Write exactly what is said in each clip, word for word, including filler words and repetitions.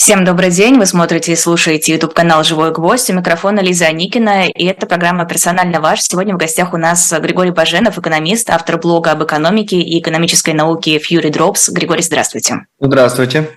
Всем добрый день, вы смотрите и слушаете YouTube-канал «Живой гвоздь», у микрофона Лиза Аникина, и это программа «Персонально ваш». Сегодня в гостях у нас Григорий Баженов, экономист, автор блога об экономике и экономической науке Fury Drops. Григорий, здравствуйте. Здравствуйте.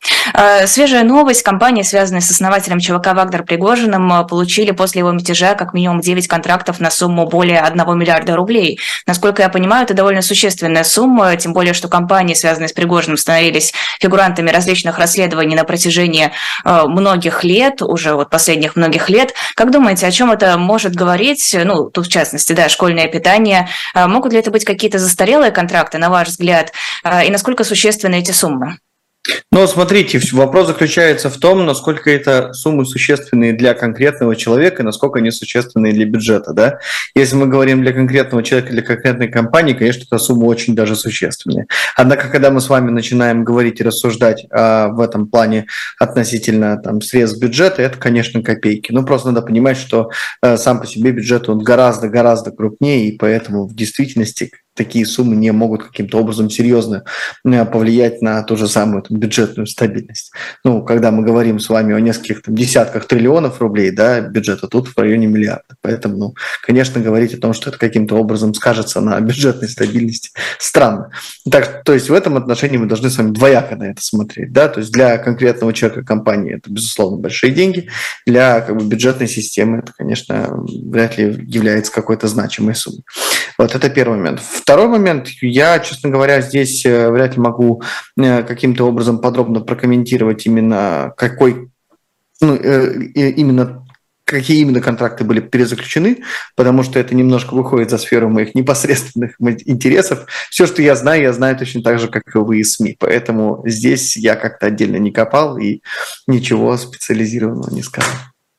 Свежая новость. Компании, связанные с основателем ЧВК «Вагнер» Пригожиным, получили после его мятежа как минимум девять контрактов на сумму более одного миллиарда рублей. Насколько я понимаю, это довольно существенная сумма, тем более, что компании, связанные с Пригожиным, становились фигурантами различных расследований на протяжении многих лет, уже вот последних многих лет. Как думаете, о чем это может говорить? Ну, тут в частности, да, школьное питание. Могут ли это быть какие-то застарелые контракты, на ваш взгляд? И насколько существенны эти суммы? Но смотрите, вопрос заключается в том, насколько это суммы существенные для конкретного человека, насколько они существенные для бюджета. Да? Если мы говорим для конкретного человека, для конкретной компании, конечно, эта сумма очень даже существенная. Однако, когда мы с вами начинаем говорить и рассуждать а, в этом плане относительно там, средств бюджета, это, конечно, копейки. Ну, просто надо понимать, что а, сам по себе бюджет он гораздо-гораздо крупнее, и поэтому в действительности такие суммы не могут каким-то образом серьезно повлиять на ту же самую там, бюджетную стабильность. Ну, когда мы говорим с вами о нескольких там, десятках триллионов рублей, да, бюджета тут в районе миллиарда. Поэтому, ну, конечно, говорить о том, что это каким-то образом скажется на бюджетной стабильности, странно. Так, то есть в этом отношении мы должны с вами двояко на это смотреть. Да? То есть для конкретного человека, компании это, безусловно, большие деньги. Для как бы, бюджетной системы это, конечно, вряд ли является какой-то значимой суммой. Вот это первый момент. Второй момент, я, честно говоря, здесь вряд ли могу каким-то образом подробно прокомментировать именно какой, ну, именно какие именно контракты были перезаключены, потому что это немножко выходит за сферу моих непосредственных интересов. Все, что я знаю, я знаю точно так же, как и вы из СМИ. Поэтому здесь я как-то отдельно не копал и ничего специализированного не сказал.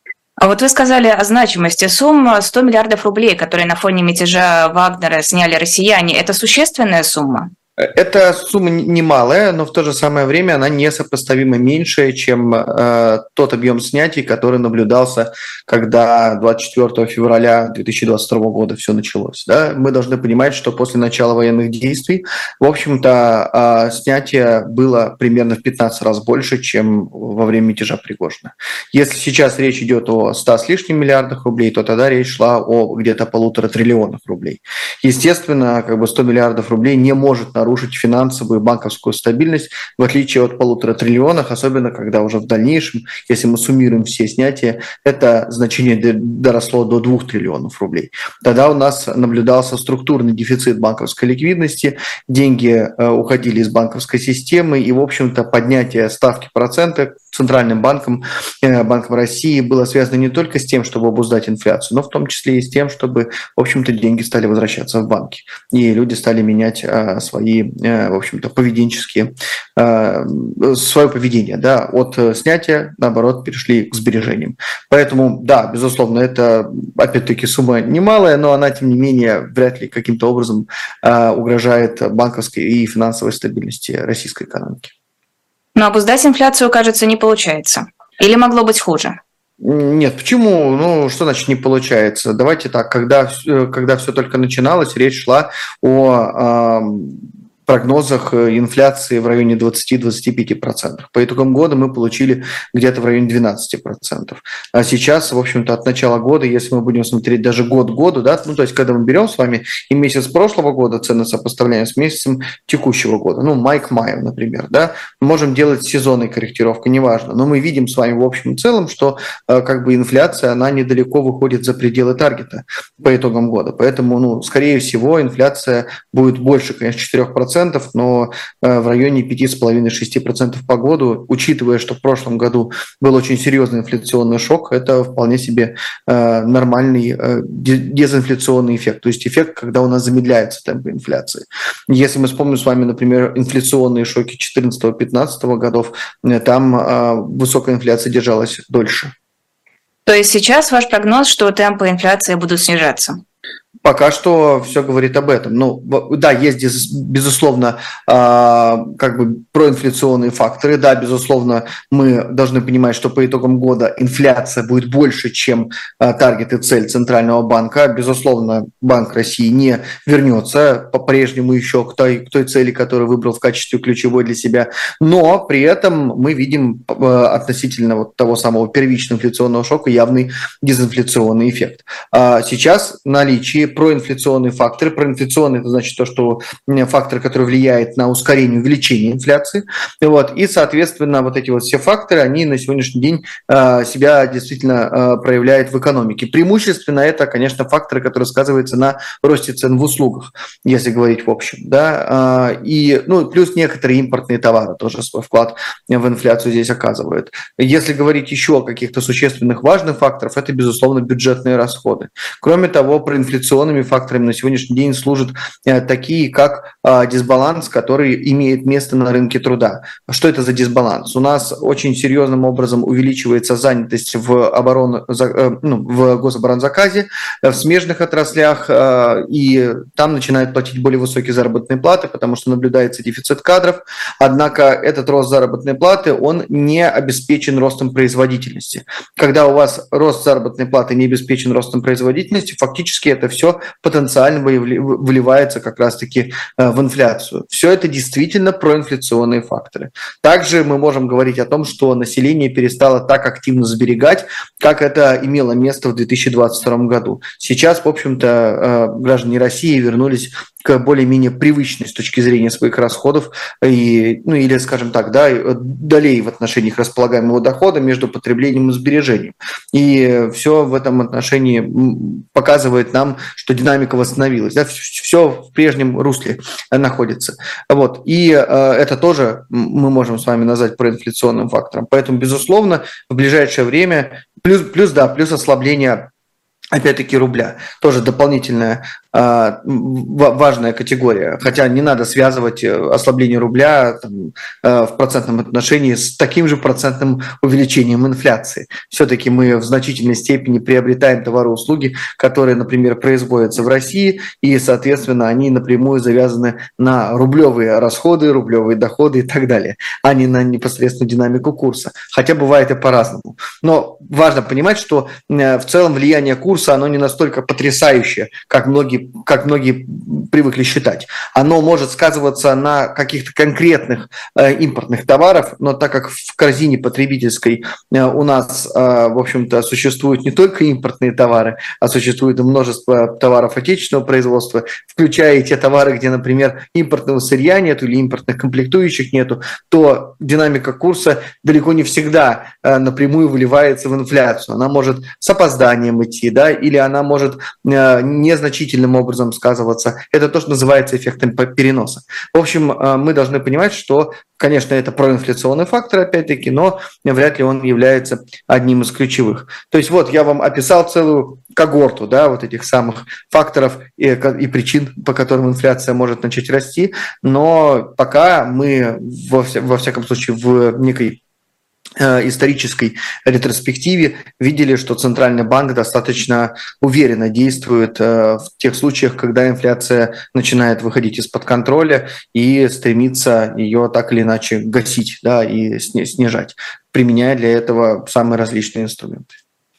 А вот вы сказали о значимости сумм сто миллиардов рублей, которые на фоне мятежа Вагнера сняли россияне. Это существенная сумма? Эта сумма немалая, но в то же самое время она несопоставимо меньшая, чем э, тот объем снятий, который наблюдался, когда двадцать четвёртого февраля две тысячи двадцать второго года все началось. Да? Мы должны понимать, что после начала военных действий, в общем-то, э, снятие было примерно в пятнадцать раз больше, чем во время мятежа Пригожина. Если сейчас речь идет о ста с лишним миллиардах рублей, то тогда речь шла о где-то полутора триллионах рублей. Естественно, как бы сто миллиардов рублей не может нарушить нарушить финансовую банковскую стабильность, в отличие от полутора триллионов, особенно когда уже в дальнейшем, если мы суммируем все снятия, это значение доросло до двух триллионов рублей. Тогда у нас наблюдался структурный дефицит банковской ликвидности, деньги уходили из банковской системы, и, в общем-то, поднятие ставки процента Центральным банком, Банком России было связано не только с тем, чтобы обуздать инфляцию, но в том числе и с тем, чтобы, в общем-то, деньги стали возвращаться в банки, и люди стали менять а, свои, а, в общем-то, поведенческие, а, свое поведение, да, от снятия, наоборот, перешли к сбережениям. Поэтому, да, безусловно, это, опять-таки, сумма немалая, но она, тем не менее, вряд ли каким-то образом а, угрожает банковской и финансовой стабильности российской экономики. Но обуздать инфляцию, кажется, не получается. Или могло быть хуже? Нет, почему? Ну, что значит не получается? Давайте так, когда, когда все только начиналось, речь шла о э, прогнозах инфляции в районе двадцать-двадцать пять процентов. По итогам года мы получили где-то в районе двенадцать процентов. А сейчас, в общем-то, от начала года, если мы будем смотреть даже год к году, да, ну, то есть, когда мы берем с вами и месяц прошлого года цены сопоставляем с месяцем текущего года, ну, май к маю, например, да, мы можем делать сезонной корректировкой, неважно, но мы видим с вами в общем и целом, что как бы инфляция, она недалеко выходит за пределы таргета по итогам года. Поэтому, ну, скорее всего, инфляция будет больше, конечно, четырех процентов, но в районе пяти с половиной - шести процентов по году, учитывая, что в прошлом году был очень серьезный инфляционный шок, это вполне себе нормальный дезинфляционный эффект, то есть эффект, когда у нас замедляется темп инфляции. Если мы вспомним с вами, например, инфляционные шоки четырнадцатого-пятнадцатого годов, там высокая инфляция держалась дольше. То есть сейчас ваш прогноз, что темпы инфляции будут снижаться? Пока что все говорит об этом. Ну, да, есть, безусловно, как бы проинфляционные факторы. Да, безусловно, мы должны понимать, что по итогам года инфляция будет больше, чем таргет и цель Центрального банка. Безусловно, Банк России не вернется по-прежнему еще к той, к той цели, которую выбрал в качестве ключевой для себя. Но при этом мы видим относительно вот того самого первичного инфляционного шока явный дезинфляционный эффект. Сейчас наличие проинфляционные факторы. Проинфляционные – это значит то, что фактор, который влияет на ускорение увеличения инфляции. Вот. И, соответственно, вот эти вот все факторы, они на сегодняшний день э, себя действительно э, проявляют в экономике. Преимущественно это, конечно, факторы, которые сказываются на росте цен в услугах, если говорить в общем. Да? Э, и, ну, плюс некоторые импортные товары тоже свой вклад в инфляцию здесь оказывают. Если говорить еще о каких-то существенных важных факторах, это, безусловно, бюджетные расходы. Кроме того, проинфляционные факторами на сегодняшний день служат э, такие, как э, дисбаланс, который имеет место на рынке труда. Что это за дисбаланс? У нас очень серьезным образом увеличивается занятость в, оборон, э, ну, в гособоронзаказе, э, в смежных отраслях, э, и там начинают платить более высокие заработные платы, потому что наблюдается дефицит кадров. Однако этот рост заработной платы, он не обеспечен ростом производительности. Когда у вас рост заработной платы не обеспечен ростом производительности, фактически это все потенциально выливается как раз-таки в инфляцию. Все это действительно проинфляционные факторы. Также мы можем говорить о том, что население перестало так активно сберегать, как это имело место в две тысячи двадцать втором году. Сейчас, в общем-то, граждане России вернулись к более-менее привычной с точки зрения своих расходов, и, ну или, скажем так, да, долей в отношении их располагаемого дохода между потреблением и сбережением. И все в этом отношении показывает нам, что динамика восстановилась, да, все в прежнем русле находится. Вот. И э, это тоже мы можем с вами назвать проинфляционным фактором. Поэтому, безусловно, в ближайшее время, плюс, плюс да, плюс ослабление опять-таки рубля, тоже дополнительная э, важная категория. Хотя не надо связывать ослабление рубля там, э, в процентном отношении с таким же процентным увеличением инфляции. Все-таки мы в значительной степени приобретаем товары и услуги, которые, например, производятся в России, и, соответственно, они напрямую завязаны на рублевые расходы, рублевые доходы и так далее, а не на непосредственную динамику курса. Хотя бывает и по-разному. Но важно понимать, что э, в целом влияние курса оно не настолько потрясающее, как многие, как многие привыкли считать. Оно может сказываться на каких-то конкретных э, импортных товарах, но так как в корзине потребительской э, у нас, э, в общем-то, существуют не только импортные товары, а существует и множество товаров отечественного производства, включая и те товары, где, например, импортного сырья нету или импортных комплектующих нету, то динамика курса далеко не всегда э, напрямую выливается в инфляцию. Она может с опозданием идти, да, или она может э, незначительным образом сказываться. Это то, что называется эффектом переноса. В общем, э, мы должны понимать, что, конечно, это проинфляционный фактор, опять-таки, но вряд ли он является одним из ключевых. То есть вот я вам описал целую когорту, да, вот этих самых факторов и, и причин, по которым инфляция может начать расти, но пока мы, во, вся, во всяком случае, в некой исторической ретроспективе видели, что Центральный банк достаточно уверенно действует в тех случаях, когда инфляция начинает выходить из-под контроля и стремится ее так или иначе гасить, да, и снижать, применяя для этого самые различные инструменты.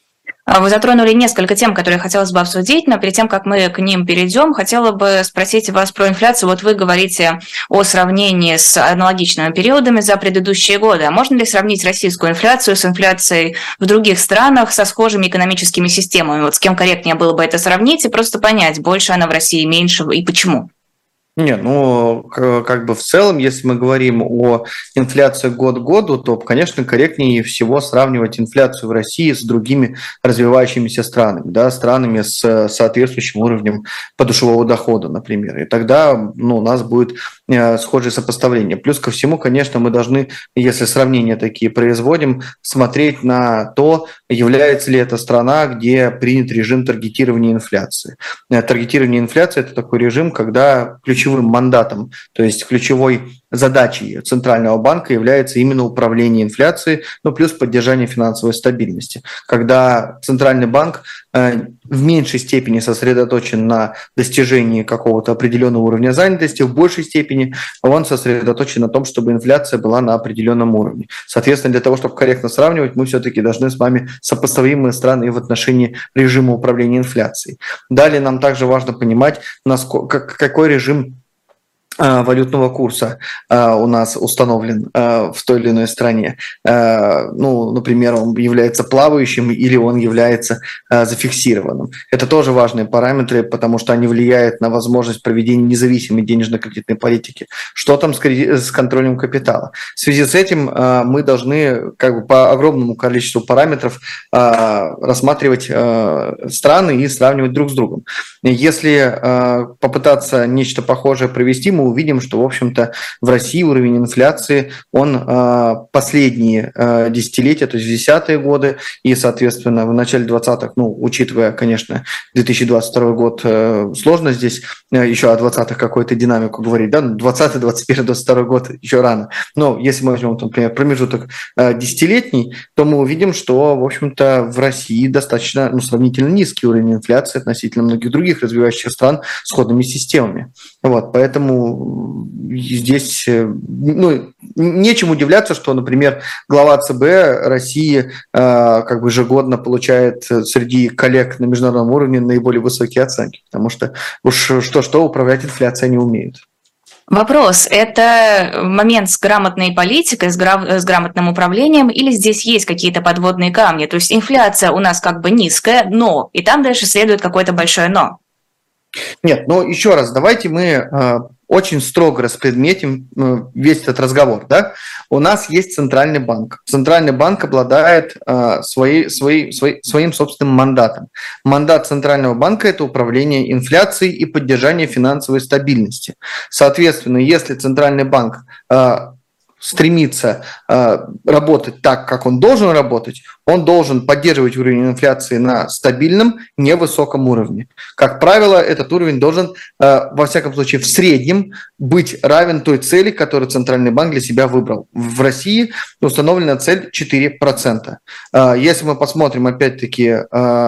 Вы затронули несколько тем, которые хотелось бы обсудить, но перед тем, как мы к ним перейдем, хотела бы спросить вас про инфляцию. Вот вы говорите о сравнении с аналогичными периодами за предыдущие годы. А можно ли сравнить российскую инфляцию с инфляцией в других странах со схожими экономическими системами? Вот с кем корректнее было бы это сравнить и просто понять, больше она в России, меньше и почему? Не, ну, как бы в целом, если мы говорим о инфляции год к году, то, конечно, корректнее всего сравнивать инфляцию в России с другими развивающимися странами, да, странами с соответствующим уровнем подушевого дохода, например. И тогда, ну, у нас будет э, схожее сопоставление. Плюс ко всему, конечно, мы должны, если сравнения такие производим, смотреть на то, является ли это страна, где принят режим таргетирования инфляции. Таргетирование инфляции – это такой режим, когда ключевым мандатом, то есть ключевой задачей Центрального банка является именно управление инфляцией, ну, плюс поддержание финансовой стабильности. Когда Центральный банк э, в меньшей степени сосредоточен на достижении какого-то определенного уровня занятости, в большей степени он сосредоточен на том, чтобы инфляция была на определенном уровне. Соответственно, для того, чтобы корректно сравнивать, мы все-таки должны с вами сопоставимые страны и в отношении режима управления инфляцией. Далее нам также важно понимать, насколько, какой режим валютного курса э, у нас установлен э, в той или иной стране. Э, ну, например, он является плавающим или он является э, зафиксированным. Это тоже важные параметры, потому что они влияют на возможность проведения независимой денежно-кредитной политики. Что там с, кредит, с контролем капитала? В связи с этим э, мы должны как бы по огромному количеству параметров э, рассматривать э, страны и сравнивать друг с другом. Если э, попытаться нечто похожее провести, мы увидим, что, в общем-то, в России уровень инфляции, он э, последние э, десятилетия, то есть в десятые годы и, соответственно, в начале двадцатых, ну, учитывая, конечно, две тысячи двадцать второй год, э, сложно здесь э, еще о двадцатых какую-то динамику говорить, да, двадцатый, двадцать первый, двадцать второй год еще рано. Но если мы возьмем, например, промежуток э, десятилетний, то мы увидим, что, в общем-то, в России достаточно, ну, сравнительно низкий уровень инфляции относительно многих других развивающихся стран с сходными системами. Вот, поэтому здесь, ну, нечем удивляться, что, например, глава ЦБ России э, как бы ежегодно получает среди коллег на международном уровне наиболее высокие оценки, потому что уж что-что управлять инфляцией не умеют. Вопрос, это момент с грамотной политикой, с, грам- с грамотным управлением, или здесь есть какие-то подводные камни? То есть инфляция у нас как бы низкая, но, и там дальше следует какое-то большое но. Нет, ну еще раз, давайте мы э, очень строго распредметим э, весь этот разговор. Да? У нас есть Центральный банк. Центральный банк обладает э, своей, своей, своей, своим собственным мандатом. Мандат Центрального банка – это управление инфляцией и поддержание финансовой стабильности. Соответственно, если Центральный банк э, стремится э, работать так, как он должен работать, он должен поддерживать уровень инфляции на стабильном, невысоком уровне. Как правило, этот уровень должен, э, во всяком случае, в среднем быть равен той цели, которую Центральный банк для себя выбрал. В России установлена цель четыре процента. Э, если мы посмотрим, опять-таки, э,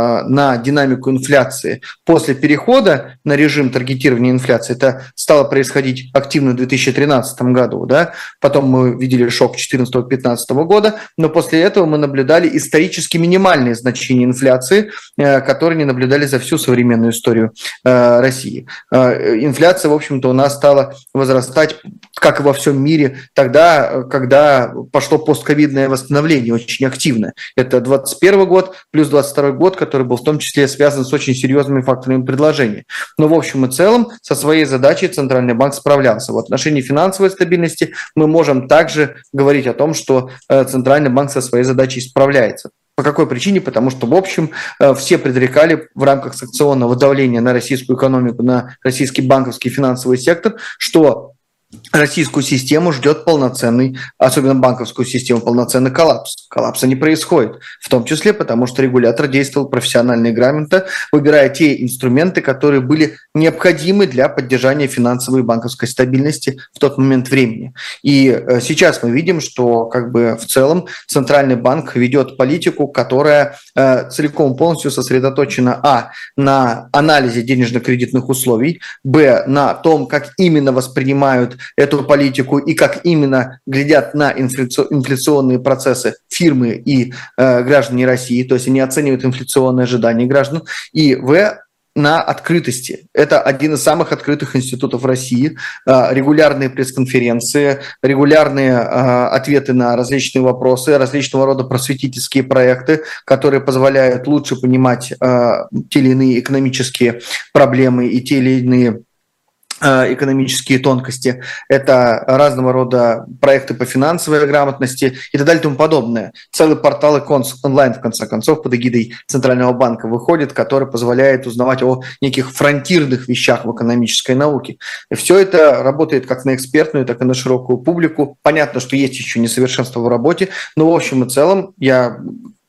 на динамику инфляции после перехода на режим таргетирования инфляции, это стало происходить активно в две тысячи тринадцатом году, да? Потом мы видели шок две тысячи четырнадцатого-пятнадцатого года, но после этого мы наблюдали исторически минимальные значения инфляции, которые не наблюдали за всю современную историю России. Инфляция, в общем-то, у нас стала возрастать, как и во всем мире, тогда, когда пошло постковидное восстановление очень активно. Это двадцать первый год плюс двадцать второй год, который был в том числе связан с очень серьезными факторами предложения. Но в общем и целом со своей задачей Центральный банк справлялся. В отношении финансовой стабильности мы можем также говорить о том, что Центральный банк со своей задачей справляется. По какой причине? Потому что, в общем, все предрекали в рамках санкционного давления на российскую экономику, на российский банковский финансовый сектор, что российскую систему ждет полноценный, особенно банковскую систему, полноценный коллапс. Коллапса не происходит, в том числе потому, что регулятор действовал профессионально и грамотно, выбирая те инструменты, которые были необходимы для поддержания финансовой и банковской стабильности в тот момент времени. И сейчас мы видим, что как бы в целом Центральный банк ведет политику, которая э, целиком полностью сосредоточена а. на анализе денежно-кредитных условий, б. на том, как именно воспринимают эту политику и как именно глядят на инфляционные процессы фирмы и э, граждане России, то есть они оценивают инфляционные ожидания граждан, и в. на открытости. Это один из самых открытых институтов России. Регулярные пресс-конференции, регулярные ответы на различные вопросы, различного рода просветительские проекты, которые позволяют лучше понимать те или иные экономические проблемы и те или иные экономические тонкости, это разного рода проекты по финансовой грамотности и так далее и тому подобное. Целый портал Иконс онлайн, в конце концов, под эгидой Центрального банка выходит, который позволяет узнавать о неких фронтирных вещах в экономической науке. И все это работает как на экспертную, так и на широкую публику. Понятно, что есть еще несовершенство в работе, но в общем и целом я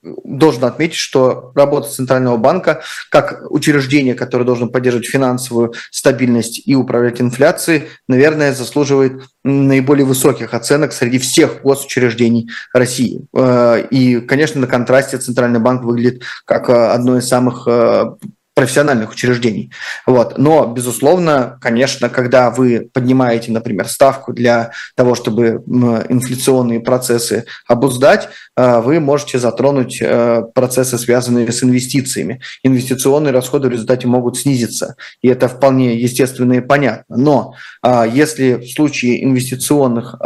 должен отметить, что работа Центрального банка как учреждение, которое должно поддерживать финансовую стабильность и управлять инфляцией, наверное, заслуживает наиболее высоких оценок среди всех госучреждений России. И, конечно, на контрасте Центральный банк выглядит как одно из самых профессиональных учреждений. Вот. Но, безусловно, конечно, когда вы поднимаете, например, ставку для того, чтобы инфляционные процессы обуздать, вы можете затронуть процессы, связанные с инвестициями. Инвестиционные расходы в результате могут снизиться, и это вполне естественно и понятно. Но если в случае инвестиционных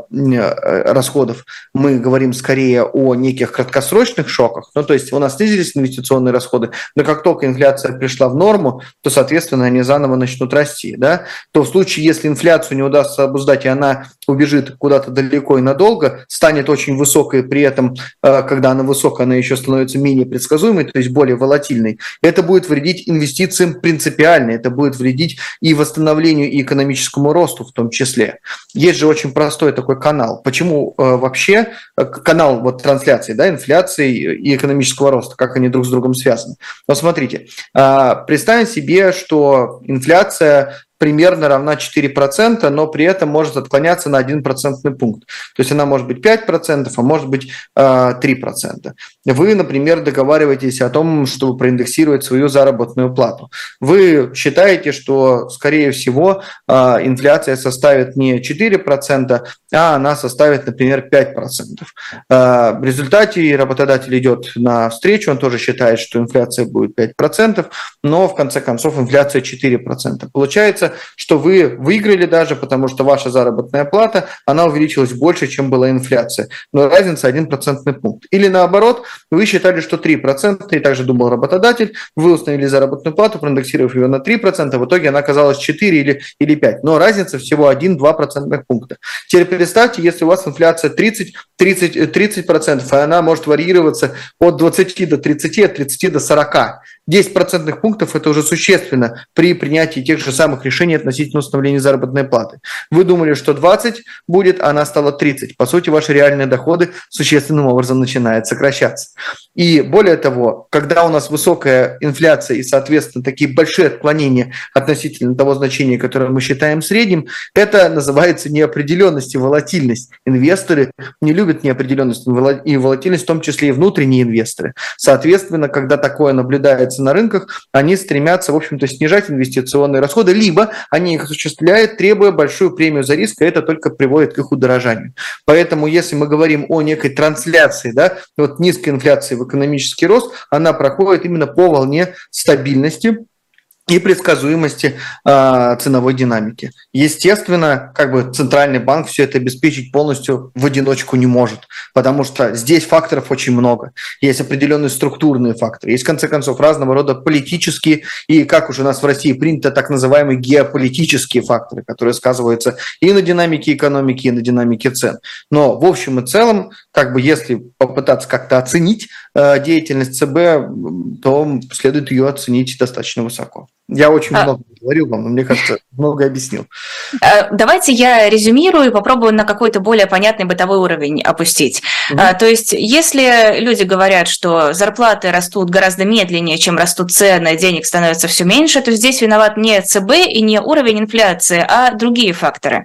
расходов мы говорим скорее о неких краткосрочных шоках, ну, то есть у нас снизились инвестиционные расходы, но как только инфляция пришла в норму, то, соответственно, они заново начнут расти, да? То в случае, если инфляцию не удастся обуздать, и она убежит куда-то далеко и надолго, станет очень высокой, при этом, когда она высокая, она еще становится менее предсказуемой, то есть более волатильной, это будет вредить инвестициям принципиально, это будет вредить и восстановлению, и экономическому росту в том числе. Есть же очень простой такой канал. Почему вообще канал вот трансляции, да, инфляции и экономического роста, как они друг с другом связаны? Но смотрите, представим себе, что инфляция примерно равна четыре процента, но при этом может отклоняться на один процентный пункт. То есть она может быть пять процентов, а может быть три процента. Вы, например, договариваетесь о том, чтобы проиндексировать свою заработную плату. Вы считаете, что, скорее всего, инфляция составит не четыре процента, а она составит, например, пять процентов. В результате работодатель идет навстречу, он тоже считает, что инфляция будет пять процентов, но в конце концов инфляция четыре процента. Получается, что вы выиграли даже, потому что ваша заработная плата, она увеличилась больше, чем была инфляция. Но разница один процентный пункт. Или наоборот, вы считали, что три процента, и также думал работодатель, вы установили заработную плату, проиндексировав ее на три процента, в итоге она оказалась четыре или, или пять. Но разница всего один-два процентных пункта. Теперь представьте, если у вас инфляция тридцать, тридцать, тридцать процентов, и она может варьироваться от двадцати до тридцати, от тридцати до сорока. десять процентных пунктов – это уже существенно при принятии тех же самых решений относительно установления заработной платы. Вы думали, что двадцать будет, а она стала тридцать. По сути, ваши реальные доходы существенным образом начинают сокращаться. И более того, когда у нас высокая инфляция и, соответственно, такие большие отклонения относительно того значения, которое мы считаем средним, это называется неопределенность и волатильность. Инвесторы не любят неопределенность и волатильность, в том числе и внутренние инвесторы. Соответственно, когда такое наблюдается на рынках, они стремятся, в общем-то, снижать инвестиционные расходы, либо они их осуществляют, требуя большую премию за риск, и это только приводит к их удорожанию. Поэтому, если мы говорим о некой трансляции, да, вот низкой инфляции в экономический рост, она проходит именно по волне стабильности и предсказуемости э, ценовой динамики. Естественно, как бы Центральный банк все это обеспечить полностью в одиночку не может, потому что здесь факторов очень много. Есть определенные структурные факторы, есть, в конце концов, разного рода политические и, как уж у нас в России принято, так называемые геополитические факторы, которые сказываются и на динамике экономики, и на динамике цен. Но в общем и целом, как бы если попытаться как-то оценить э, деятельность ЦБ, то следует ее оценить достаточно высоко. Я очень а... много говорил вам, но мне кажется, много объяснил. Давайте я резюмирую и попробую на какой-то более понятный бытовой уровень опустить. Mm-hmm. А, то есть, если люди говорят, что зарплаты растут гораздо медленнее, чем растут цены, денег становится все меньше, то здесь виноват не ЦБ и не уровень инфляции, а другие факторы.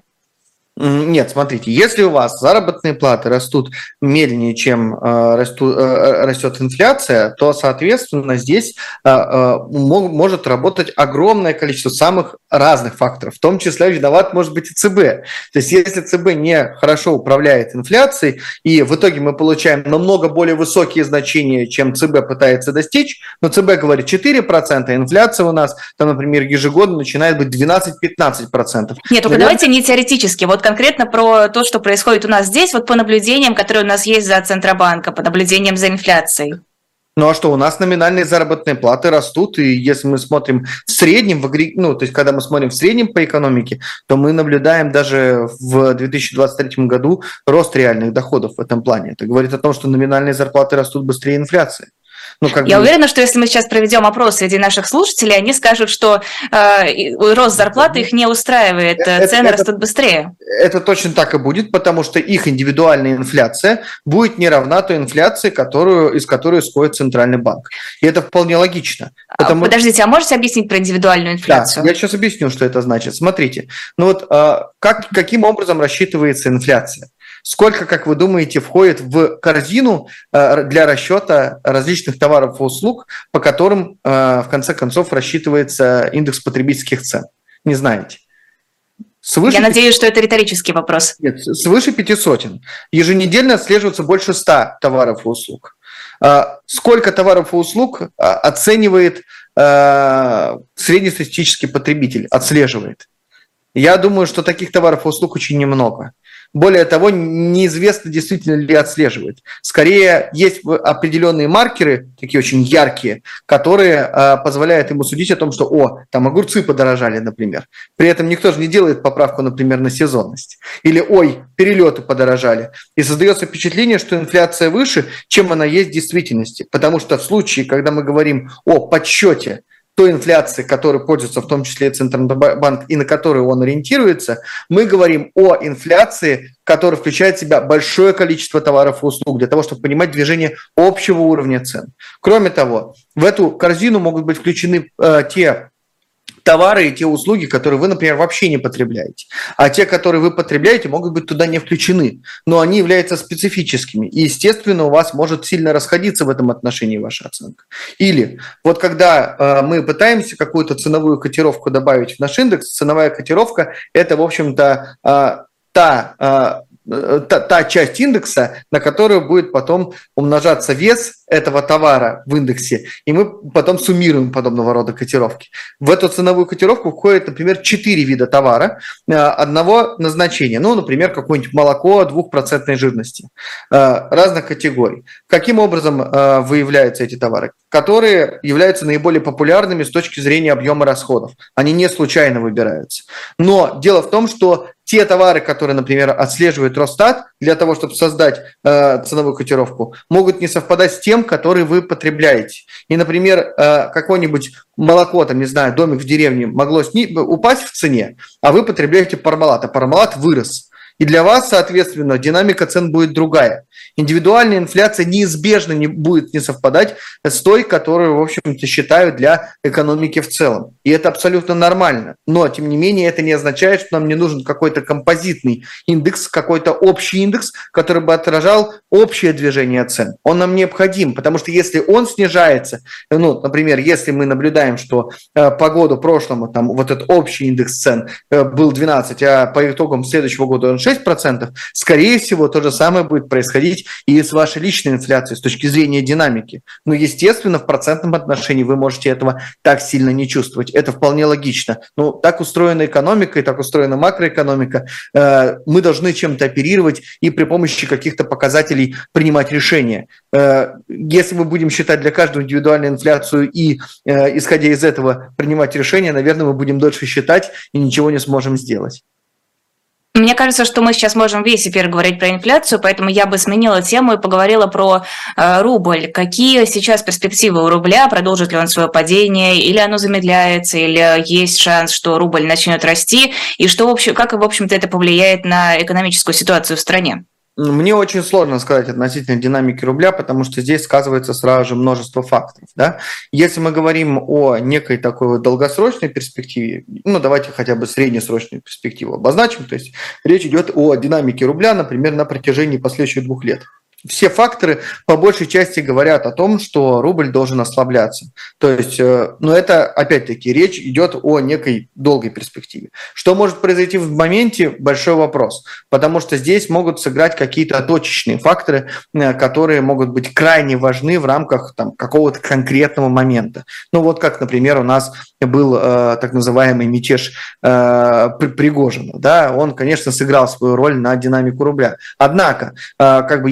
Нет, смотрите, если у вас заработные платы растут медленнее, чем э, расту, э, растет инфляция, то, соответственно, здесь э, э, может работать огромное количество самых разных факторов, в том числе виноват может быть и ЦБ. То есть если ЦБ не хорошо управляет инфляцией, и в итоге мы получаем намного более высокие значения, чем ЦБ пытается достичь, но ЦБ говорит четыре процента, а инфляция у нас, там, например, ежегодно начинает быть двенадцать-пятнадцать процентов. Нет, только Наверное... давайте не теоретически, вот конкретно про то, что происходит у нас здесь, вот по наблюдениям, которые у нас есть за Центробанком, по наблюдениям за инфляцией. Ну а что, у нас номинальные заработные платы растут, и если мы смотрим в среднем, в, ну, то есть когда мы смотрим в среднем по экономике, то мы наблюдаем даже в две тысячи двадцать третьем году рост реальных доходов в этом плане. Это говорит о том, что номинальные зарплаты растут быстрее инфляции. Ну, как Я бы... уверена, что если мы сейчас проведем опрос среди наших слушателей, они скажут, что э, рост зарплаты их не устраивает, это, цены это, растут быстрее. Это точно так и будет, потому что их индивидуальная инфляция будет не равна той инфляции, которую, из которой исходит Центральный банк. И это вполне логично. Потому... Подождите, а можете объяснить про индивидуальную инфляцию? Да, я сейчас объясню, что это значит. Смотрите, ну вот как, каким образом рассчитывается инфляция? Сколько, как вы думаете, входит в корзину для расчета различных товаров и услуг, по которым, в конце концов, рассчитывается индекс потребительских цен? Не знаете? Свыше Я надеюсь, что это риторический вопрос. Нет, свыше пяти сотен. Еженедельно отслеживается больше ста товаров и услуг. Сколько товаров и услуг оценивает среднестатистический потребитель, отслеживает? Я думаю, что таких товаров и услуг очень немного. Более того, неизвестно, действительно ли отслеживает. Скорее, есть определенные маркеры, такие очень яркие, которые э, позволяют ему судить о том, что, о, там огурцы подорожали, например. При этом никто же не делает поправку, например, на сезонность. Или, ой, перелеты подорожали. И создается впечатление, что инфляция выше, чем она есть в действительности. Потому что в случае, когда мы говорим о подсчете той инфляции, которой пользуется в том числе и Центральный банк, и на которую он ориентируется, мы говорим о инфляции, которая включает в себя большое количество товаров и услуг для того, чтобы понимать движение общего уровня цен. Кроме того, в эту корзину могут быть включены э, те товары и те услуги, которые вы, например, вообще не потребляете. А те, которые вы потребляете, могут быть туда не включены. Но они являются специфическими. И, естественно, у вас может сильно расходиться в этом отношении ваша оценка. Или вот когда э, мы пытаемся какую-то ценовую котировку добавить в наш индекс, ценовая котировка – это, в общем-то, э, та... Э, Та, та часть индекса, на которую будет потом умножаться вес этого товара в индексе, и мы потом суммируем подобного рода котировки. В эту ценовую котировку входит, например, четыре вида товара одного назначения. Ну, например, какое-нибудь молоко двухпроцентной жирности разных категорий. Каким образом выявляются эти товары? Которые являются наиболее популярными с точки зрения объема расходов. Они не случайно выбираются. Но дело в том, что те товары, которые, например, отслеживает Росстат для того, чтобы создать э, ценовую котировку, могут не совпадать с тем, которые вы потребляете. И, например, э, какое-нибудь молоко, там, не знаю, домик в деревне могло сни- упасть в цене, а вы потребляете Пармалат, а Пармалат вырос. И для вас, соответственно, динамика цен будет другая. Индивидуальная инфляция неизбежно не будет не совпадать с той, которую, в общем-то, считают для экономики в целом. И это абсолютно нормально. Но, тем не менее, это не означает, что нам не нужен какой-то композитный индекс, какой-то общий индекс, который бы отражал общее движение цен. Он нам необходим, потому что если он снижается, ну, например, если мы наблюдаем, что э, по году прошлому там, вот этот общий индекс цен э, был двенадцать, а по итогам следующего года он шесть процентов, скорее всего, то же самое будет происходить и с вашей личной инфляцией с точки зрения динамики. Но, естественно, в процентном отношении вы можете этого так сильно не чувствовать. Это вполне логично. Но так устроена экономика и так устроена макроэкономика. Мы должны чем-то оперировать и при помощи каких-то показателей принимать решения. Если мы будем считать для каждого индивидуальную инфляцию и, исходя из этого, принимать решения, наверное, мы будем дольше считать и ничего не сможем сделать. Мне кажется, что мы сейчас можем весь эфир говорить про инфляцию, поэтому я бы сменила тему и поговорила про э, рубль. Какие сейчас перспективы у рубля? Продолжит ли он свое падение? Или оно замедляется? Или есть шанс, что рубль начнет расти? И что, в общем, как, в общем-то, это повлияет на экономическую ситуацию в стране? Мне очень сложно сказать относительно динамики рубля, потому что здесь сказывается сразу же множество факторов. Да? Если мы говорим о некой такой вот долгосрочной перспективе, ну давайте хотя бы среднесрочную перспективу обозначим, то есть речь идет о динамике рубля, например, на протяжении последующих двух лет. Все факторы по большей части говорят о том, что рубль должен ослабляться. То есть, но это, опять-таки, речь идет о некой долгой перспективе. Что может произойти в моменте – большой вопрос. Потому что здесь могут сыграть какие-то точечные факторы, которые могут быть крайне важны в рамках там, какого-то конкретного момента. Ну вот как, например, у нас был э, так называемый мятеж э, Пригожина. Да? Он, конечно, сыграл свою роль на динамику рубля. Однако, э, как бы, если бы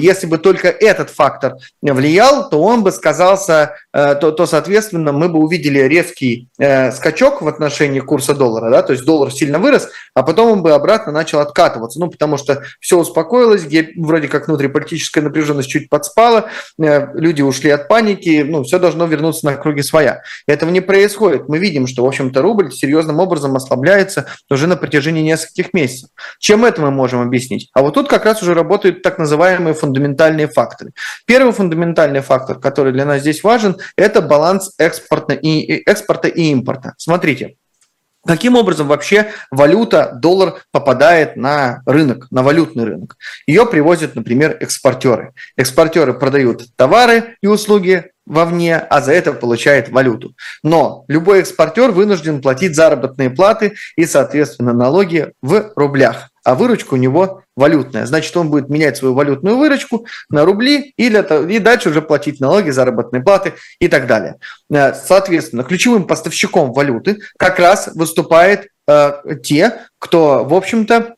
только этот фактор влиял, то он бы сказался, то, то соответственно, мы бы увидели резкий э, скачок в отношении курса доллара, да, то есть доллар сильно вырос, а потом он бы обратно начал откатываться, ну, потому что все успокоилось, где вроде как внутриполитическая напряженность чуть подспала, э, люди ушли от паники, ну, все должно вернуться на круги своя. Этого не происходит. Мы видим, что, в общем-то, рубль серьезным образом ослабляется уже на протяжении нескольких месяцев. Чем это мы можем объяснить? А вот тут как раз уже работают так называемые фундаментальные факторы. Первый фундаментальный фактор, который для нас здесь важен, это баланс экспорта и, экспорта и импорта. Смотрите. Каким образом вообще валюта, доллар попадает на рынок, на валютный рынок? Ее привозят, например, экспортеры. Экспортеры продают товары и услуги вовне, а за это получает валюту. Но любой экспортер вынужден платить заработные платы и, соответственно, налоги в рублях. А выручка у него валютная. Значит, он будет менять свою валютную выручку на рубли и, для того, и дальше уже платить налоги, заработные платы и так далее. Соответственно, ключевым поставщиком валюты как раз выступают э, те, кто, в общем-то,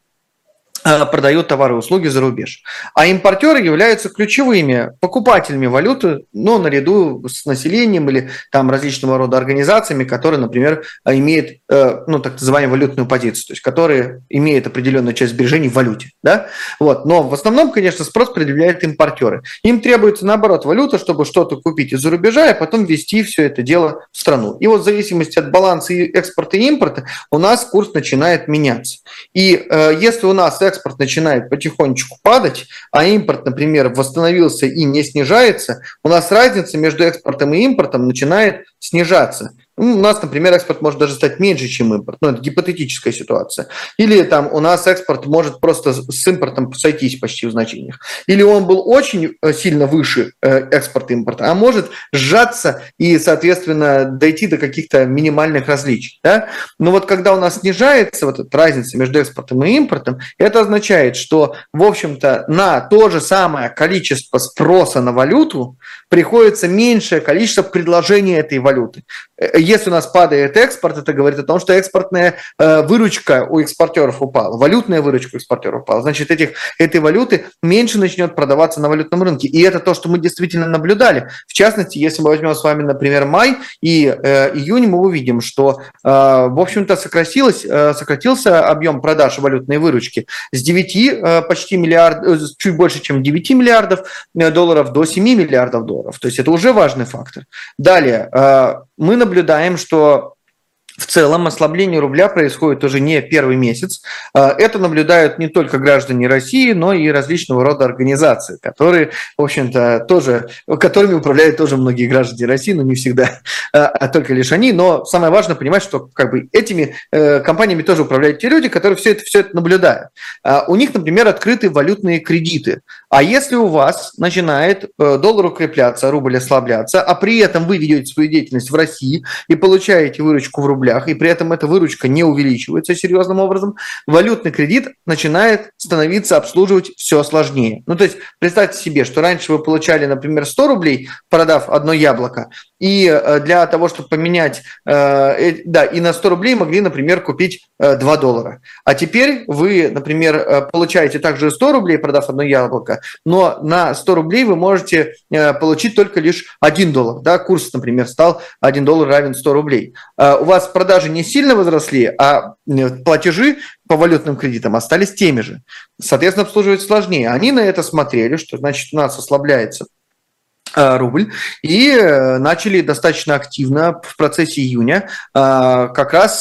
продают товары и услуги за рубеж. А импортеры являются ключевыми покупателями валюты, но наряду с населением или там различного рода организациями, которые, например, имеют, ну, так называемую валютную позицию, то есть которые имеют определенную часть сбережений в валюте. Да? Вот. Но в основном, конечно, спрос предъявляют импортеры. Им требуется, наоборот, валюта, чтобы что-то купить из-за рубежа, и потом ввести все это дело в страну. И вот в зависимости от баланса экспорта и импорта у нас курс начинает меняться. И э, если у нас экспорт начинает потихонечку падать, а импорт, например, восстановился и не снижается, у нас разница между экспортом и импортом начинает снижаться. У нас, например, экспорт может даже стать меньше, чем импорт. Ну, это гипотетическая ситуация. Или там у нас экспорт может просто с импортом сойтись почти в значениях. Или он был очень сильно выше экспорта импорта, а может сжаться и, соответственно, дойти до каких-то минимальных различий. Да? Но вот когда у нас снижается вот эта разница между экспортом и импортом, это означает, что, в общем-то, на то же самое количество спроса на валюту приходится меньшее количество предложений этой валюты. Если у нас падает экспорт, это говорит о том, что экспортная э, выручка у экспортеров упала, валютная выручка у экспортеров упала. Значит, этих, этой валюты меньше начнет продаваться на валютном рынке. И это то, что мы действительно наблюдали. В частности, если мы возьмем с вами, например, май и э, июнь, мы увидим, что, э, в общем-то, сократилось, э, сократился объем продаж валютной выручки с девяти э, почти миллиардов, э, чуть больше, чем девяти миллиардов долларов до семи миллиардов долларов. То есть это уже важный фактор. Далее, э, мы наблюдаем, что в целом ослабление рубля происходит уже не первый месяц. Это наблюдают не только граждане России, но и различного рода организации, которые, в общем-то, тоже, которыми управляют тоже многие граждане России, но не всегда, а только лишь они. Но самое важное понимать, что как бы этими компаниями тоже управляют те люди, которые все это, все это наблюдают. У них, например, открыты валютные кредиты. А если у вас начинает доллар укрепляться, рубль ослабляться, а при этом вы ведете свою деятельность в России и получаете выручку в рублях, и при этом эта выручка не увеличивается серьезным образом, валютный кредит начинает становиться обслуживать все сложнее. Ну, то есть представьте себе, что раньше вы получали, например, сто рублей, продав одно яблоко, и для того, чтобы поменять, э, да, и на сто рублей могли, например, купить э, два доллара. А теперь вы, например, получаете также сто рублей, продав одно яблоко, но на сто рублей вы можете э, получить только лишь один доллар. Да? Курс, например, стал один доллар равен сто рублей. Э, у вас продажи не сильно возросли, а платежи по валютным кредитам остались теми же. Соответственно, обслуживать сложнее. Они на это смотрели, что значит у нас ослабляется рубль, и начали достаточно активно в процессе июня как раз,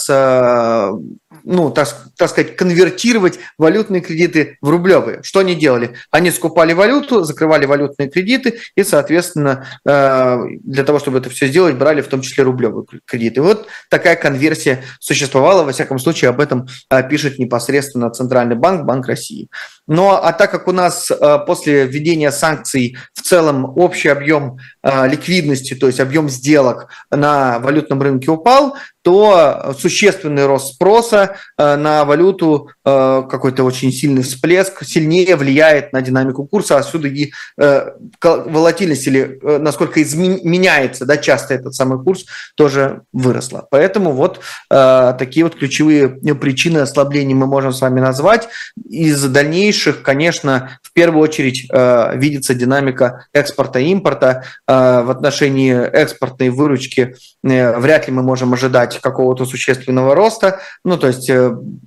ну, так, так сказать, конвертировать валютные кредиты в рублевые. Что они делали? Они скупали валюту, закрывали валютные кредиты и, соответственно, для того, чтобы это все сделать, брали в том числе рублевые кредиты. Вот такая конверсия существовала, во всяком случае, об этом пишет непосредственно Центральный банк, Банк России. Но а так как у нас после введения санкций в целом общий объем ликвидности, то есть объем сделок на валютном рынке упал, то существенный рост спроса на валюту, какой-то очень сильный всплеск сильнее влияет на динамику курса, отсюда и волатильность или насколько изменяется, да, часто этот самый курс тоже выросла. Поэтому вот такие вот ключевые причины ослабления мы можем с вами назвать. Из дальнейших, конечно, в первую очередь видится динамика экспорта и импорта. В отношении экспортной выручки вряд ли мы можем ожидать какого-то существенного роста. Ну, то есть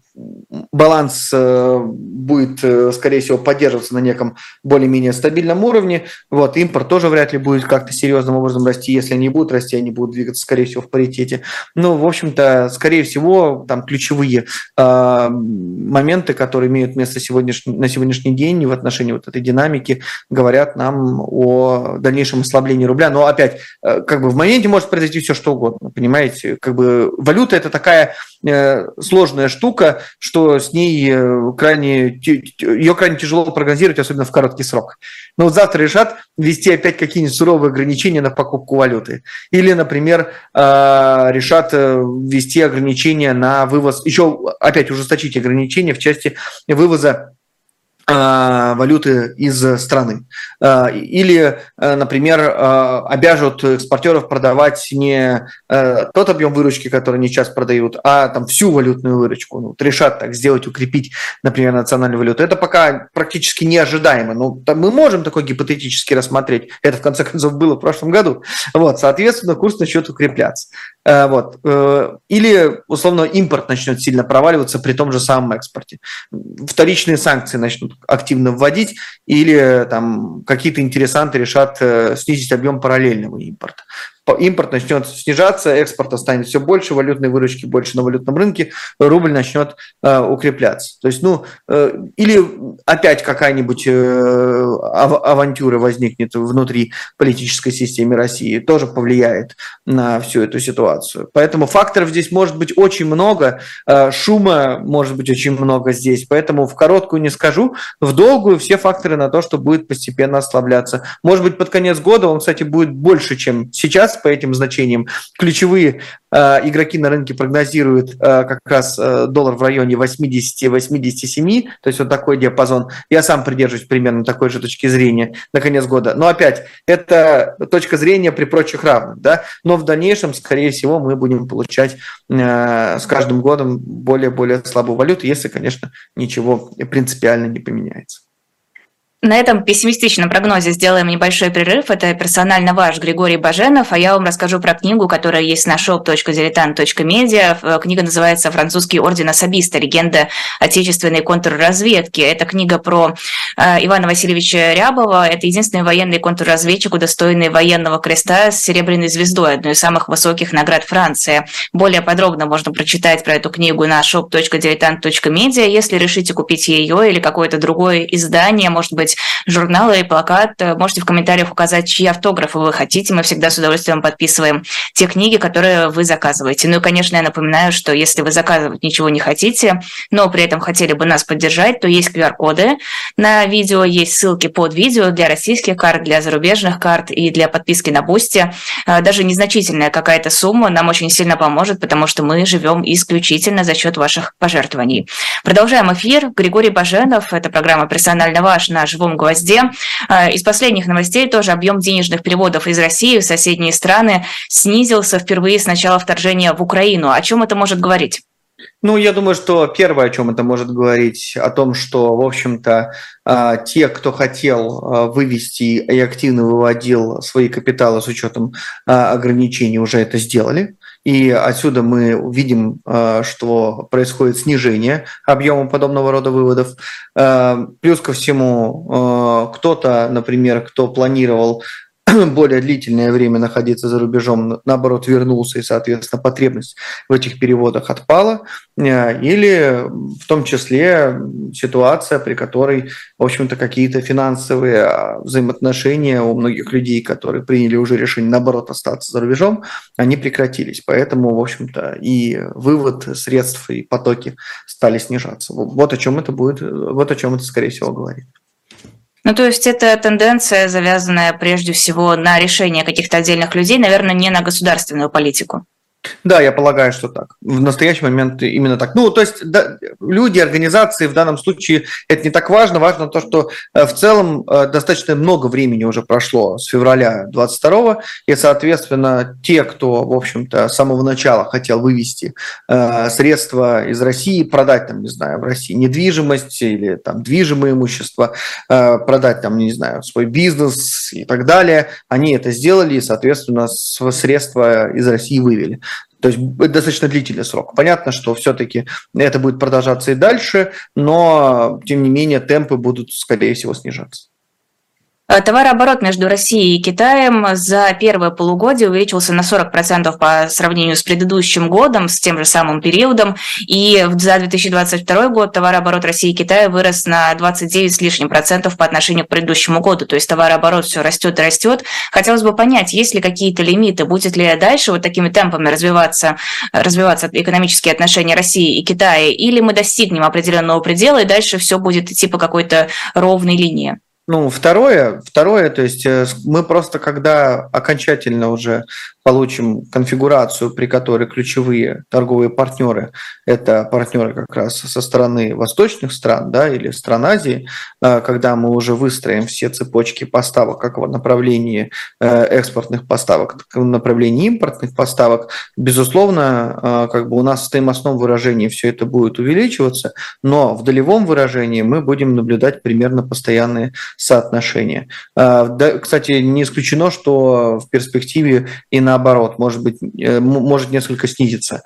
баланс будет, скорее всего, поддерживаться на неком более-менее стабильном уровне. Вот, импорт тоже вряд ли будет как-то серьезным образом расти. Если они будут расти, они будут двигаться, скорее всего, в паритете. Ну, в общем-то, скорее всего, там ключевые э, моменты, которые имеют место сегодняшний, на сегодняшний день в отношении вот этой динамики, говорят нам о дальнейшем ослаблении рубля. Но опять, э, как бы в моменте может произойти все, что угодно, понимаете? Как бы валюта – это такая э, сложная штука, что с ней крайне, ее крайне тяжело прогнозировать, особенно в короткий срок. Но вот завтра решат ввести опять какие-нибудь суровые ограничения на покупку валюты. Или, например, решат ввести ограничения на вывоз, еще опять ужесточить ограничения в части вывоза валюты из страны. Или, например, обяжут экспортеров продавать не тот объем выручки, который они сейчас продают, а там всю валютную выручку. Ну, решат так сделать, укрепить, например, национальную валюту. Это пока практически неожидаемо. Ну, мы можем такой гипотетически рассмотреть. Это, в конце концов, было в прошлом году. Вот, соответственно, курс начнет укрепляться. Вот. Или, условно, импорт начнет сильно проваливаться при том же самом экспорте. Вторичные санкции начнут активно вводить, или там какие-то интересанты решат снизить объем параллельного импорта. Импорт начнет снижаться, экспорта станет все больше, валютной выручки больше на валютном рынке, рубль начнет э, укрепляться. То есть, ну, э, или опять какая-нибудь э, ав- авантюра возникнет внутри политической системы России, тоже повлияет на всю эту ситуацию. Поэтому факторов здесь может быть очень много, э, шума может быть очень много здесь, поэтому в короткую не скажу, в долгую все факторы на то, что будет постепенно ослабляться. Может быть, под конец года он, кстати, будет больше, чем сейчас, по этим значениям. Ключевые э, игроки на рынке прогнозируют э, как раз э, доллар в районе восемьдесят - восемьдесят семь, то есть вот такой диапазон. Я сам придерживаюсь примерно такой же точки зрения на конец года. Но опять, это точка зрения при прочих равных, да? Но в дальнейшем, скорее всего, мы будем получать э, с каждым годом более-более слабую валюту, если, конечно, ничего принципиально не поменяется. На этом пессимистичном прогнозе сделаем небольшой перерыв. Это персонально ваш Григорий Баженов, а я вам расскажу про книгу, которая есть на шоп точка дилетант точка медиа. Книга называется «Французский орден особиста. Легенда отечественной контрразведки». Это книга про э, Ивана Васильевича Рябова. Это единственный военный контрразведчик, удостоенный военного креста с серебряной звездой, одной из самых высоких наград Франции. Более подробно можно прочитать про эту книгу на шоп точка дилетант точка медиа. Если решите купить ее или какое-то другое издание, может быть, журналы и плакат, можете в комментариях указать, чьи автографы вы хотите. Мы всегда с удовольствием подписываем те книги, которые вы заказываете. Ну и, конечно, я напоминаю, что если вы заказывать ничего не хотите, но при этом хотели бы нас поддержать, то есть ку ар коды на видео, есть ссылки под видео для российских карт, для зарубежных карт и для подписки на Бусти. Даже незначительная какая-то сумма нам очень сильно поможет, потому что мы живем исключительно за счет ваших пожертвований. Продолжаем эфир. Григорий Баженов, это программа «Персонально ваш» на «Живом гвозде». Из последних новостей тоже объем денежных переводов из России в соседние страны снизился впервые с начала вторжения в Украину. О чем это может говорить? Ну, я думаю, что первое, о чем это может говорить, о том, что, в общем-то, те, кто хотел вывести и активно выводил свои капиталы с учетом ограничений, уже это сделали. И отсюда мы видим, что происходит снижение объема подобного рода выводов. Плюс ко всему, кто-то, например, кто планировал более длительное время находиться за рубежом, наоборот, вернулся, и, соответственно, потребность в этих переводах отпала. Или в том числе ситуация, при которой, в общем-то, какие-то финансовые взаимоотношения у многих людей, которые приняли уже решение, наоборот, остаться за рубежом, они прекратились. Поэтому, в общем-то, и вывод средств, и потоки стали снижаться. Вот о чем это будет, вот о чем это, скорее всего, говорит. Ну, то есть это тенденция, завязанная прежде всего на решение каких-то отдельных людей, наверное, не на государственную политику. Да, я полагаю, что так. В настоящий момент именно так. Ну, то есть да, люди, организации в данном случае это не так важно. Важно то, что э, в целом э, достаточно много времени уже прошло с февраля двадцать второго, и, соответственно, те, кто, в общем-то, с самого начала хотел вывести э, средства из России, продать там, не знаю, в России недвижимость или там движимое имущество, э, продать там, не знаю, свой бизнес и так далее, они это сделали и, соответственно, средства из России вывели. То есть достаточно длительный срок. Понятно, что все-таки это будет продолжаться и дальше, но, тем не менее, темпы будут, скорее всего, снижаться. Товарооборот между Россией и Китаем за первое полугодие увеличился на сорок процентов по сравнению с предыдущим годом, с тем же самым периодом. И за две тысячи двадцать второй год товарооборот России и Китая вырос на двадцать девять с лишним процентов по отношению к предыдущему году. То есть товарооборот все растет и растет. Хотелось бы понять, есть ли какие-то лимиты, будет ли дальше вот такими темпами развиваться, развиваться экономические отношения России и Китая, или мы достигнем определенного предела, и дальше все будет идти по какой-то ровной линии? Ну, второе, второе, то есть мы просто, когда окончательно уже получим конфигурацию, при которой ключевые торговые партнеры, это партнеры как раз со стороны восточных стран, да, или стран Азии, когда мы уже выстроим все цепочки поставок как в направлении экспортных поставок, так и в направлении импортных поставок, безусловно, как бы у нас в стоимостном выражении все это будет увеличиваться, но в долевом выражении мы будем наблюдать примерно постоянные соотношения. Кстати, не исключено, что в перспективе и наоборот, может быть, может несколько снизиться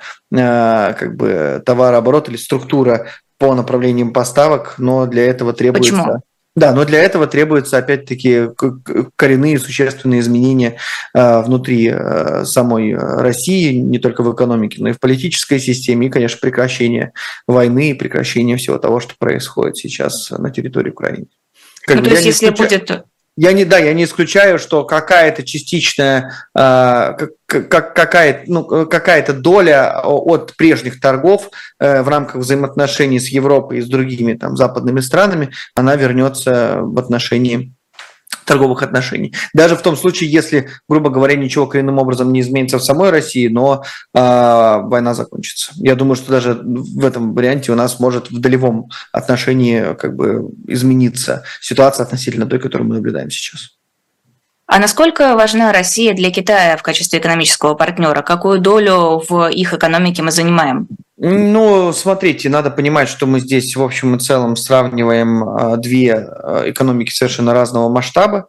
как бы товарооборот или структура по направлениям поставок, но для этого требуется... Почему? Да, но для этого требуются, опять-таки, коренные существенные изменения внутри самой России, не только в экономике, но и в политической системе, и, конечно, прекращение войны, и прекращение всего того, что происходит сейчас на территории Украины. Как ну, бы, то есть, если исключаю... будет... Я не, да, я не исключаю, что какая-то частичная, э, как, какая, ну, какая-то доля от прежних торгов э, в рамках взаимоотношений с Европой и с другими там, западными странами, она вернется в отношении торговых отношений. Даже в том случае, если, грубо говоря, ничего коренным образом не изменится в самой России, но э, война закончится. Я думаю, что даже в этом варианте у нас может в долевом отношении как бы измениться ситуация относительно той, которую мы наблюдаем сейчас. А насколько важна Россия для Китая в качестве экономического партнера? Какую долю в их экономике мы занимаем? Ну, смотрите, надо понимать, что мы здесь в общем и целом сравниваем две экономики совершенно разного масштаба.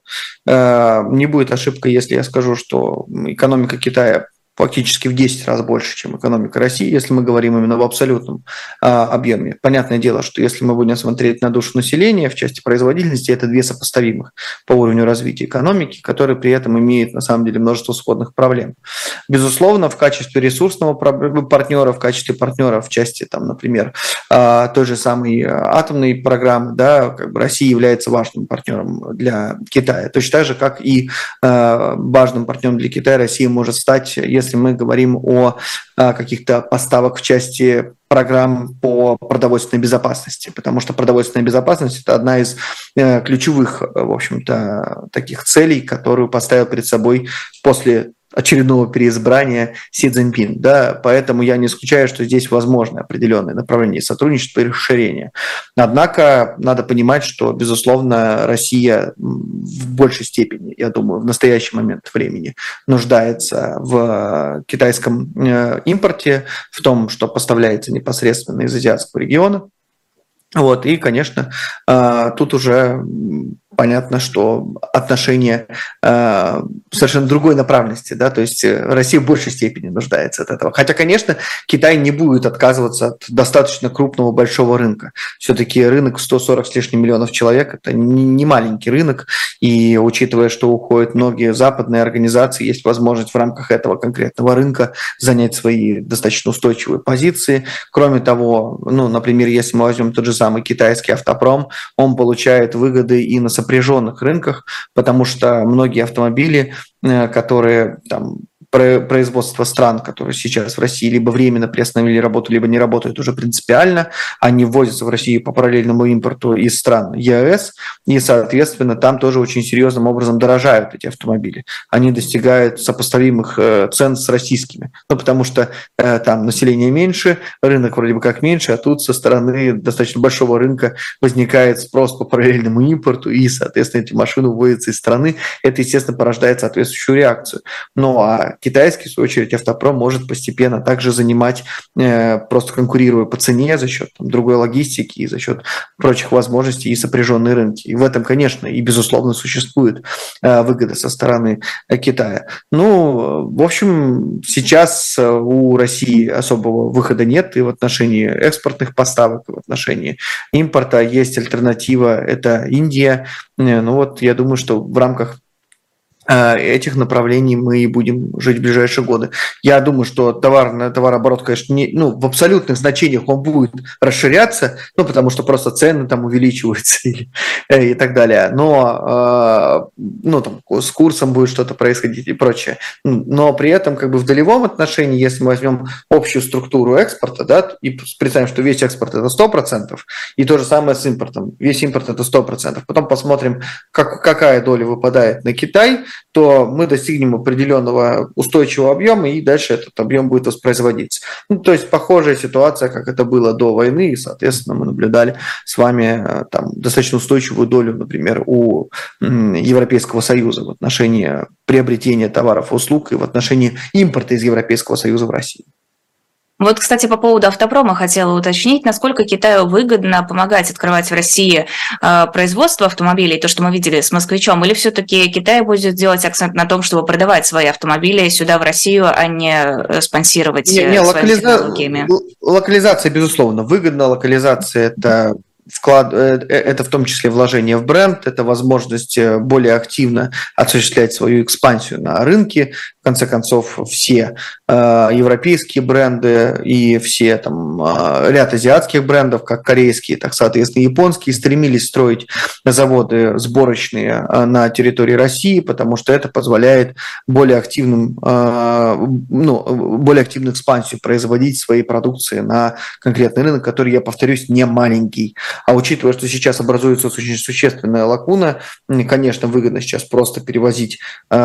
Не будет ошибкой, если я скажу, что экономика Китая фактически в десять раз больше, чем экономика России, если мы говорим именно в абсолютном а, объеме. Понятное дело, что если мы будем смотреть на душу населения в части производительности, это две сопоставимых по уровню развития экономики, которые при этом имеют на самом деле множество сходных проблем. Безусловно, в качестве ресурсного партнера, в качестве партнера в части, там, например, а, той же самой атомной программы, да, как бы Россия является важным партнером для Китая. Точно так же, как и а, важным партнером для Китая Россия может стать, если если мы говорим о, о каких-то поставках в части программ по продовольственной безопасности, потому что продовольственная безопасность – это одна из э, ключевых, в общем-то, таких целей, которую поставил перед собой после очередного переизбрания Си Цзиньпин. Да, поэтому я не исключаю, что здесь возможно определенное направление сотрудничества и расширения. Однако надо понимать, что, безусловно, Россия в большей степени, я думаю, в настоящий момент времени нуждается в китайском импорте, в том, что поставляется непосредственно из азиатского региона. Вот, и, конечно, тут уже понятно, что отношения э, совершенно другой направленности, да, то есть Россия в большей степени нуждается от этого. Хотя, конечно, Китай не будет отказываться от достаточно крупного большого рынка. Все-таки рынок в сто сорок с лишним миллионов человек – это не маленький рынок, и учитывая, что уходят многие западные организации, есть возможность в рамках этого конкретного рынка занять свои достаточно устойчивые позиции. Кроме того, ну, например, если мы возьмем тот же самый китайский автопром, он получает выгоды и на сопряженных рынках, потому что многие автомобили, которые там производства стран, которые сейчас в России либо временно приостановили работу, либо не работают уже принципиально, они ввозятся в Россию по параллельному импорту из стран ЕАЭС, и, соответственно, там тоже очень серьезным образом дорожают эти автомобили. Они достигают сопоставимых цен с российскими, ну, потому что э, там население меньше, рынок вроде бы как меньше, а тут со стороны достаточно большого рынка возникает спрос по параллельному импорту, и, соответственно, эти машины вводятся из страны. Это, естественно, порождает соответствующую реакцию. Ну, а китайский, в свою очередь, автопром может постепенно также занимать, э, просто конкурируя по цене за счет там, другой логистики и за счет прочих возможностей и сопряженные рынки. И в этом, конечно, и безусловно существует э, выгода со стороны э, Китая. Ну, в общем, сейчас у России особого выхода нет и в отношении экспортных поставок, и в отношении импорта. Есть альтернатива, это Индия. Ну вот, я думаю, что в рамках этих направлений мы и будем жить в ближайшие годы. Я думаю, что товар, товарооборот, конечно, не, ну, в абсолютных значениях он будет расширяться, ну, потому что просто цены там увеличиваются и, и так далее. Но ну, там, с курсом будет что-то происходить и прочее. Но при этом как бы в долевом отношении, если мы возьмем общую структуру экспорта, да, и представим, что весь экспорт это сто процентов, и то же самое с импортом. Весь импорт это сто процентов. Потом посмотрим, как, какая доля выпадает на Китай, то мы достигнем определенного устойчивого объема, и дальше этот объем будет воспроизводиться. Ну, то есть похожая ситуация, как это было до войны, и, соответственно, мы наблюдали с вами там, достаточно устойчивую долю, например, у Европейского Союза в отношении приобретения товаров и услуг и в отношении импорта из Европейского Союза в Россию. Вот, кстати, по поводу автопрома хотела уточнить, насколько Китаю выгодно помогать открывать в России э, производство автомобилей, то, что мы видели с «Москвичом, или все-таки Китай будет делать акцент на том, чтобы продавать свои автомобили сюда, в Россию, а не спонсировать не, не, своими локализа... технологиями? Локализация, безусловно, выгодна. Локализация – это вклад, это в том числе вложение в бренд, это возможность более активно осуществлять свою экспансию на рынке. В конце концов, все э, европейские бренды и все там э, ряд азиатских брендов, как корейские, так, соответственно, японские, стремились строить заводы сборочные э, на территории России, потому что это позволяет более активным, э, ну, более активную экспансию производить своей продукции на конкретный рынок, который, я повторюсь, не маленький. А учитывая, что сейчас образуется очень существенная лакуна, конечно, выгодно сейчас просто перевозить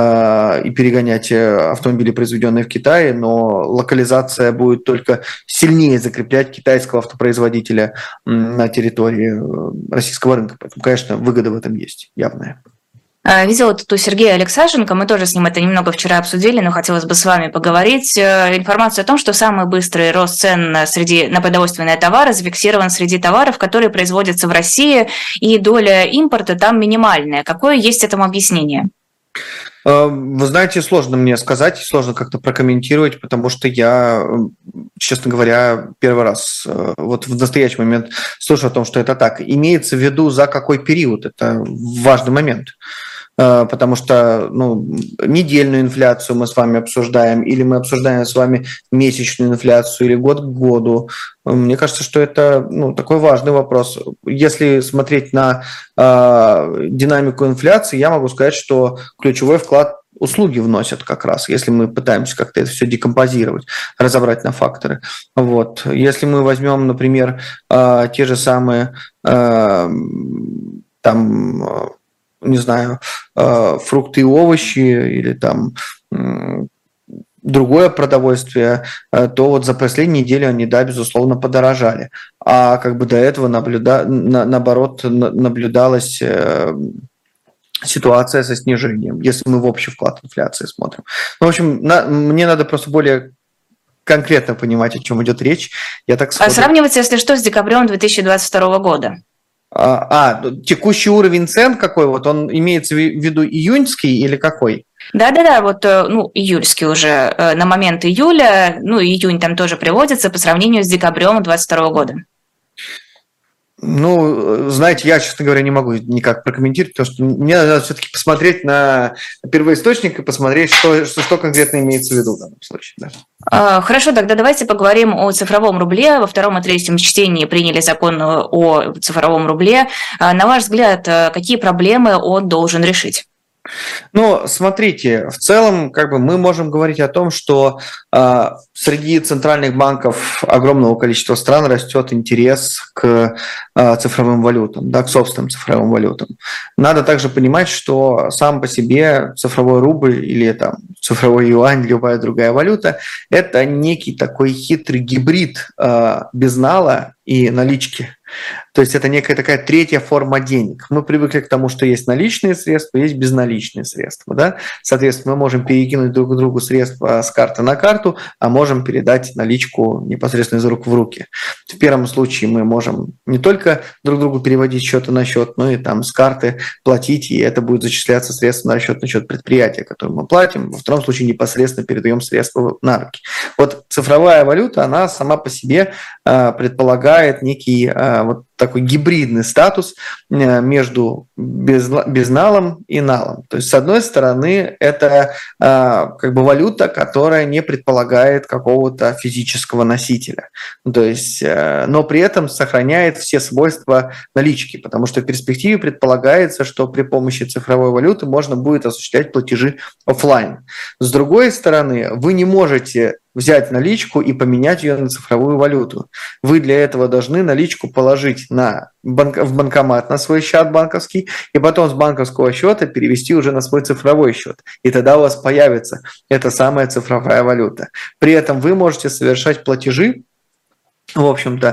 э, и перегонять автомобили, произведенные в Китае, но локализация будет только сильнее закреплять китайского автопроизводителя на территории российского рынка. Поэтому, конечно, выгода в этом есть явная. Видела тут у Сергея Алексашенко, мы тоже с ним это немного вчера обсудили, но хотелось бы с вами поговорить. Информацию о том, что самый быстрый рост цен среди, на продовольственные товары зафиксирован среди товаров, которые производятся в России, и доля импорта там минимальная. Какое есть этому объяснение? Вы знаете, сложно мне сказать, сложно как-то прокомментировать, потому что я, честно говоря, первый раз вот в настоящий момент слышу о том, что это так. Имеется в виду, за какой период, это важный момент. Потому что ну, недельную инфляцию мы с вами обсуждаем, или мы обсуждаем с вами месячную инфляцию, или год к году. Мне кажется, что это ну, такой важный вопрос. Если смотреть на э, динамику инфляции, я могу сказать, что ключевой вклад услуги вносят как раз, если мы пытаемся как-то это все декомпозировать, разобрать на факторы. Вот. Если мы возьмем, например, э, те же самые э, там... не знаю, фрукты и овощи или там другое продовольствие, то вот за последнюю неделю они, да, безусловно, подорожали. А как бы до этого наблюда... на, наоборот наблюдалась ситуация со снижением, если мы в общий вклад инфляции смотрим. Ну, в общем, на... мне надо просто более конкретно понимать, о чем идет речь. Я так сходу... А сравнивать, если что, с декабрем две тысячи двадцать второго года. А, а, текущий уровень цен какой? Вот он имеется в виду июньский или какой? Да-да-да, вот, ну, июльский уже, на момент июля, ну, июнь там тоже приводится по сравнению с декабрем двадцать второго года. Ну, знаете, я, честно говоря, не могу никак прокомментировать, потому что мне надо все-таки посмотреть на первоисточник и посмотреть, что, что, что конкретно имеется в виду в данном случае. Да. Хорошо, тогда давайте поговорим о цифровом рубле. Во втором и третьем чтении приняли закон о цифровом рубле. На ваш взгляд, какие проблемы он должен решить? Ну, смотрите, в целом, как бы мы можем говорить о том, что э, среди центральных банков огромного количества стран растет интерес к э, цифровым валютам, да, к собственным цифровым валютам. Надо также понимать, что сам по себе цифровой рубль или там цифровой юань, любая другая валюта, это некий такой хитрый гибрид э, безнала и налички. То есть это некая такая третья форма денег. Мы привыкли к тому, что есть наличные средства, есть безналичные средства. Да? Соответственно, мы можем перекинуть друг другу средства с карты на карту, а можем передать наличку непосредственно из рук в руки. В первом случае мы можем не только друг другу переводить счета на счет, но и там с карты платить, и это будет зачисляться средства на расчет на счет предприятия, которое мы платим. Во втором случае непосредственно передаем средства на руки. Вот цифровая валюта, она сама по себе э, предполагает некий э, вот такой гибридный статус между безналом и налом. То есть, с одной стороны, это э, как бы валюта, которая не предполагает какого-то физического носителя. То есть, э, но при этом сохраняет все свойства налички, потому что в перспективе предполагается, что при помощи цифровой валюты можно будет осуществлять платежи офлайн. С другой стороны, вы не можете взять наличку и поменять ее на цифровую валюту. Вы для этого должны наличку положить на банк, в банкомат на свой счет банковский, и потом с банковского счета перевести уже на свой цифровой счет. И тогда у вас появится эта самая цифровая валюта. При этом вы можете совершать платежи, в общем-то,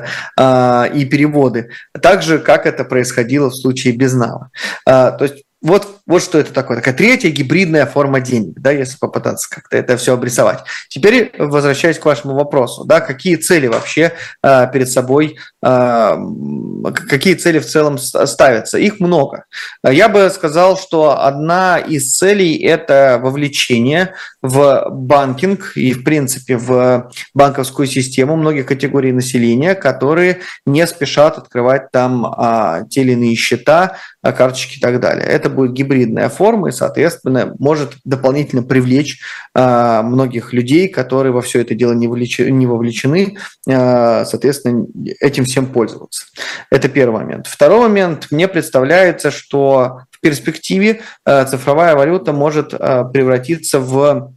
и переводы, так же, как это происходило в случае безнала. То есть Вот, вот что это такое. Такая третья гибридная форма денег, да, если попытаться как-то это все обрисовать. Теперь возвращаясь к вашему вопросу, да, какие цели вообще э, перед собой, э, какие цели в целом ставятся? Их много. Я бы сказал, что одна из целей – это вовлечение в банкинг и, в принципе, в банковскую систему многих категорий населения, которые не спешат открывать там э, те или иные счета, карточки и так далее. Это будет гибридная форма и, соответственно, может дополнительно привлечь э, многих людей, которые во все это дело не, влеч... не вовлечены, э, соответственно, этим всем пользоваться. Это первый момент. Второй момент. Мне представляется, что в перспективе э, цифровая валюта может э, превратиться в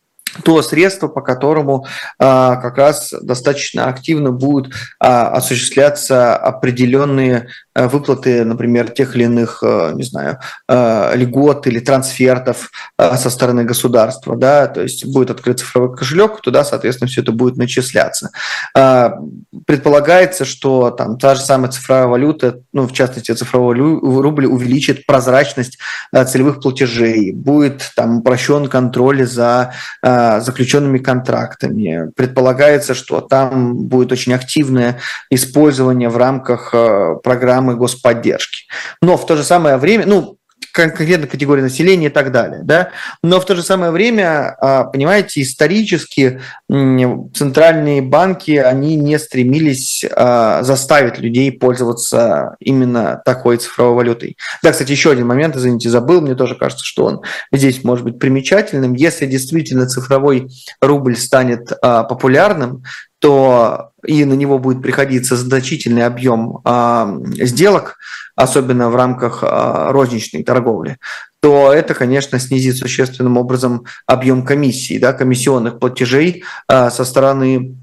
то средство, по которому а, как раз достаточно активно будут а, осуществляться определенные а, выплаты, например, тех или иных, а, не знаю, а, льгот или трансфертов а, со стороны государства, да, то есть будет открыт цифровой кошелек, туда, соответственно, все это будет начисляться. А, предполагается, что там та же самая цифровая валюта, ну, в частности, цифровой рубль увеличит прозрачность а, целевых платежей, будет там упрощен контроль за а, заключенными контрактами. Предполагается, что там будет очень активное использование в рамках программы господдержки. Но в то же самое время, ну, конкретно категории населения и так далее. Да? Но в то же самое время, понимаете, исторически центральные банки, они не стремились заставить людей пользоваться именно такой цифровой валютой. Да, кстати, еще один момент, извините, забыл, мне тоже кажется, что он здесь может быть примечательным. Если действительно цифровой рубль станет популярным, то и на него будет приходиться значительный объем э, сделок, особенно в рамках э, розничной торговли, то это, конечно, снизит существенным образом объем комиссий, да, комиссионных платежей э, со стороны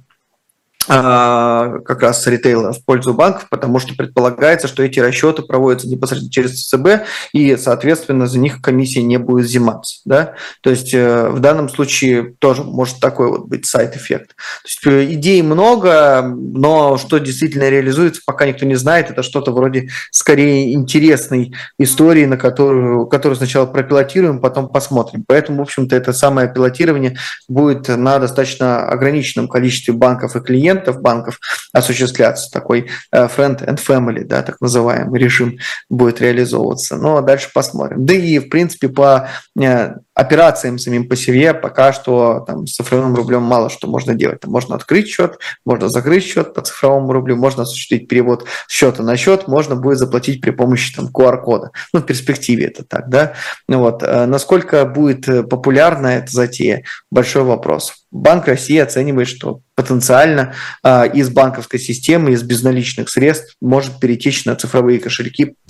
как раз ритейла в пользу банков, потому что предполагается, что эти расчеты проводятся непосредственно через ЦБ, и, соответственно, за них комиссия не будет взиматься. Да? То есть в данном случае тоже может такой вот быть сайд-эффект. То есть идей много, но что действительно реализуется, пока никто не знает. Это что-то вроде скорее интересной истории, на которую, которую сначала пропилотируем, потом посмотрим. Поэтому, в общем-то, это самое пилотирование будет на достаточно ограниченном количестве банков и клиентов, банков осуществляться. Такой friend and family, да, так называемый режим будет реализовываться. Но дальше посмотрим. Да и, в принципе, по операциям самим по себе пока что там, с цифровым рублем мало что можно делать. Там можно открыть счет, можно закрыть счет по цифровому рублю, можно осуществить перевод с счета на счет, можно будет заплатить при помощи там, ку ар-кода. Ну, в перспективе это так, да. Вот. Насколько будет популярна эта затея? Большой вопрос. Банк России оценивает, что потенциально э, из банковской системы, из безналичных средств может перетечь на цифровые кошельки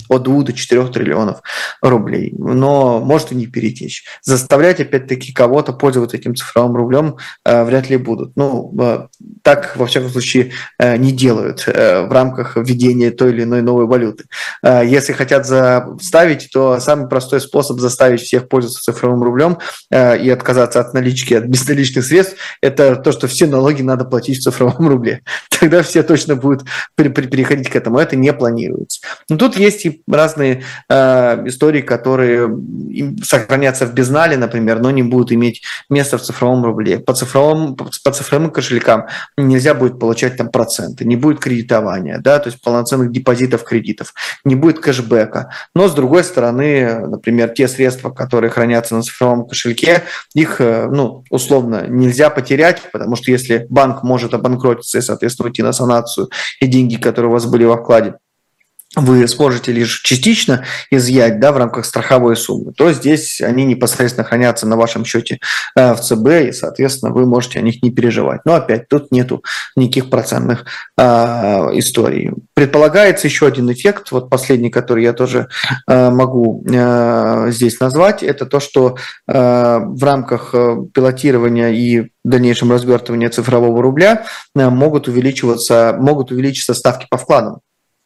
от двух до четырёх триллионов рублей, но может и не перетечь. Заставлять, опять-таки, кого-то пользоваться этим цифровым рублем э, вряд ли будут. Ну, э, так, во всяком случае, э, не делают э, в рамках введения той или иной новой валюты. Э, если хотят заставить, то самый простой способ заставить всех пользоваться цифровым рублем э, и отказаться от налички, от безналичных средств, это то, что все налоги надо платить в цифровом рубле. Тогда все точно будут переходить к этому. Это не планируется. Но тут есть и разные э, истории, которые сохранятся в безнале, например, но не будут иметь места в цифровом рубле. По цифровым, по цифровым кошелькам нельзя будет получать там проценты, не будет кредитования, да, то есть полноценных депозитов, кредитов, не будет кэшбэка. Но, с другой стороны, например, те средства, которые хранятся на цифровом кошельке, их, ну, условно, нельзя потерять, потому что если банк может обанкротиться и, соответственно, уйти на санацию, и деньги, которые у вас были во вкладе, вы сможете лишь частично изъять, да, в рамках страховой суммы, то здесь они непосредственно хранятся на вашем счете э, в ЦБ, и, соответственно, вы можете о них не переживать. Но опять, тут нету никаких процентных э, историй. Предполагается еще один эффект, вот последний, который я тоже э, могу э, здесь назвать, это то, что э, в рамках пилотирования и дальнейшем развертывания цифрового рубля э, могут увеличиваться, могут увеличиться ставки по вкладам.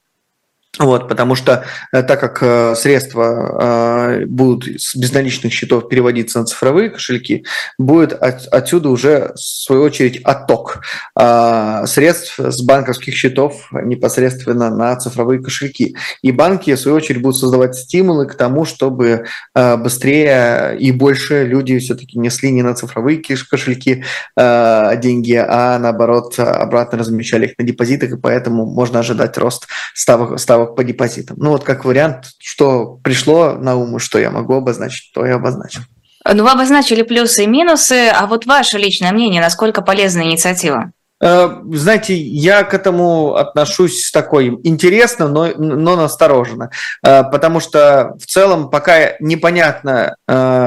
Вот, потому что так как средства э, будут с безналичных счетов переводиться на цифровые кошельки, будет от, отсюда уже, в свою очередь, отток э, средств с банковских счетов непосредственно на цифровые кошельки. И банки, в свою очередь, будут создавать стимулы к тому, чтобы э, быстрее и больше люди все-таки несли не на цифровые кошельки э, деньги, а наоборот обратно размещали их на депозитах, и поэтому можно ожидать рост ставок, ставок по депозитам. Ну вот как вариант, что пришло на ум, что я могу обозначить, то я обозначил. Ну, вы обозначили плюсы и минусы, а вот ваше личное мнение, насколько полезна инициатива? Знаете, я к этому отношусь такой интересно, но, но настороженно, потому что в целом пока непонятно,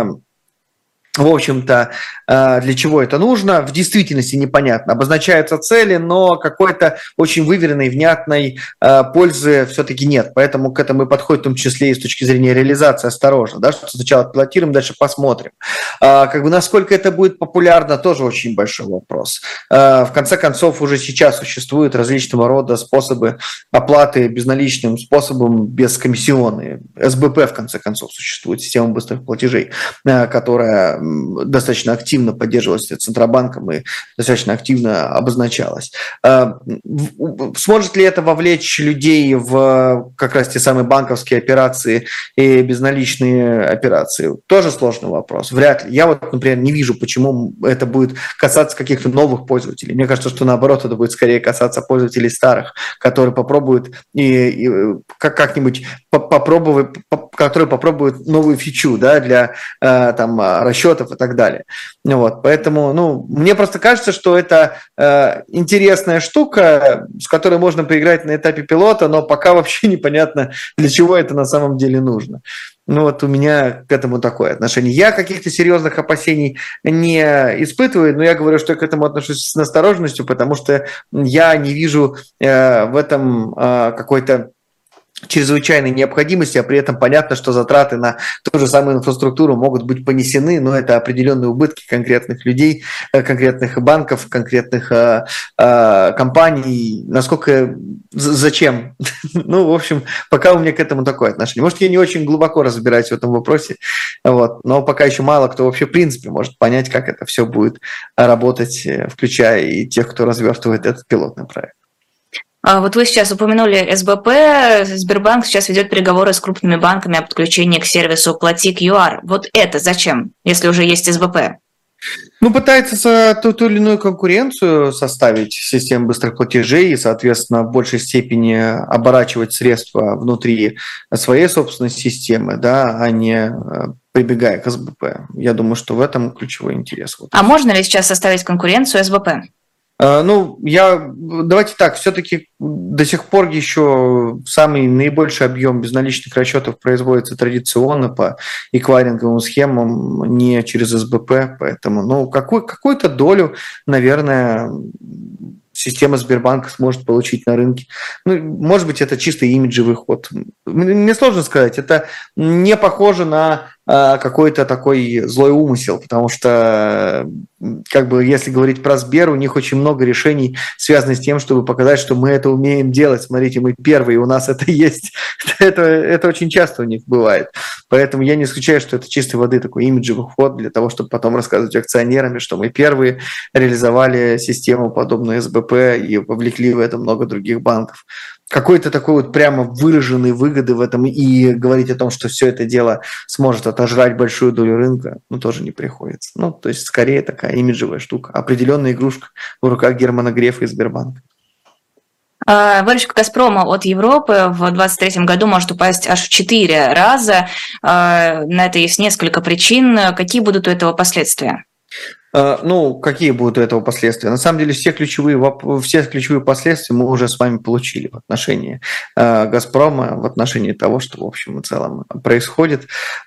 в общем-то, для чего это нужно, в действительности непонятно. Обозначаются цели, но какой-то очень выверенной, внятной пользы все-таки нет. Поэтому к этому и подходит в том числе и с точки зрения реализации осторожно. Да, что сначала пилотируем, дальше посмотрим. Как бы насколько это будет популярно, тоже очень большой вопрос. В конце концов, уже сейчас существуют различного рода способы оплаты безналичным способом, бескомиссионные. СБП, в конце концов, существует, система быстрых платежей, которая достаточно активно поддерживалась Центробанком и достаточно активно обозначалась. Сможет ли это вовлечь людей в как раз те самые банковские операции и безналичные операции? Тоже сложный вопрос. Вряд ли. Я вот, например, не вижу, почему это будет касаться каких-то новых пользователей. Мне кажется, что наоборот, это будет скорее касаться пользователей старых, которые попробуют и, и как-нибудь попробовать, которые попробуют новую фичу, да, для там расчетов и так далее. Вот, поэтому, ну, мне просто кажется, что это э, интересная штука, с которой можно поиграть на этапе пилота, но пока вообще непонятно, для чего это на самом деле нужно. Ну вот у меня к этому такое отношение. Я каких-то серьезных опасений не испытываю, но я говорю, что я к этому отношусь с настороженностью, потому что я не вижу э, в этом э, какой-то чрезвычайной необходимости, а при этом понятно, что затраты на ту же самую инфраструктуру могут быть понесены, но это определенные убытки конкретных людей, конкретных банков, конкретных э, э, компаний. Насколько, зачем? Ну, в общем, пока у меня к этому такое отношение. Может, я не очень глубоко разбираюсь в этом вопросе, вот, но пока еще мало кто вообще в принципе может понять, как это все будет работать, включая и тех, кто развертывает этот пилотный проект. Вот вы сейчас упомянули СБП. Сбербанк сейчас ведет переговоры с крупными банками о подключении к сервису Плати кью ар. Вот это зачем, если уже есть СБП? Ну, пытается ту, ту или иную конкуренцию составить систему быстрых платежей и, соответственно, в большей степени оборачивать средства внутри своей собственной системы, да, а не прибегая к СБП. Я думаю, что в этом ключевой интерес. Вот. А можно ли сейчас составить конкуренцию СБП? Ну, я, давайте так, все-таки до сих пор еще самый наибольший объем безналичных расчетов производится традиционно по эквайринговым схемам, не через СБП, поэтому, ну, какую, какую-то долю, наверное, система Сбербанка сможет получить на рынке. Ну, может быть, это чисто имиджевый ход. Мне сложно сказать. Это не похоже на какой-то такой злой умысел, потому что, как бы, если говорить про Сбер, у них очень много решений, связанных с тем, чтобы показать, что мы это умеем делать. Смотрите, мы первые, у нас это есть. это, это очень часто у них бывает. Поэтому я не исключаю, что это чистой воды такой имиджевый ход для того, чтобы потом рассказывать акционерам, что мы первые реализовали систему, подобную СБП, и вовлекли в это много других банков. Какой-то такой вот прямо выраженной выгоды в этом и говорить о том, что все это дело сможет отожрать большую долю рынка, ну, тоже не приходится. Ну, то есть, скорее такая имиджевая штука. Определенная игрушка в руках Германа Грефа и Сбербанка. Выручка «Газпрома» от Европы в двадцать третьем году может упасть аж в четыре раза. На это есть несколько причин. Какие будут у этого последствия? Ну, какие будут у этого последствия? На самом деле, все ключевые, все ключевые последствия мы уже с вами получили в отношении «Газпрома», в отношении того, что, в общем и целом происходит.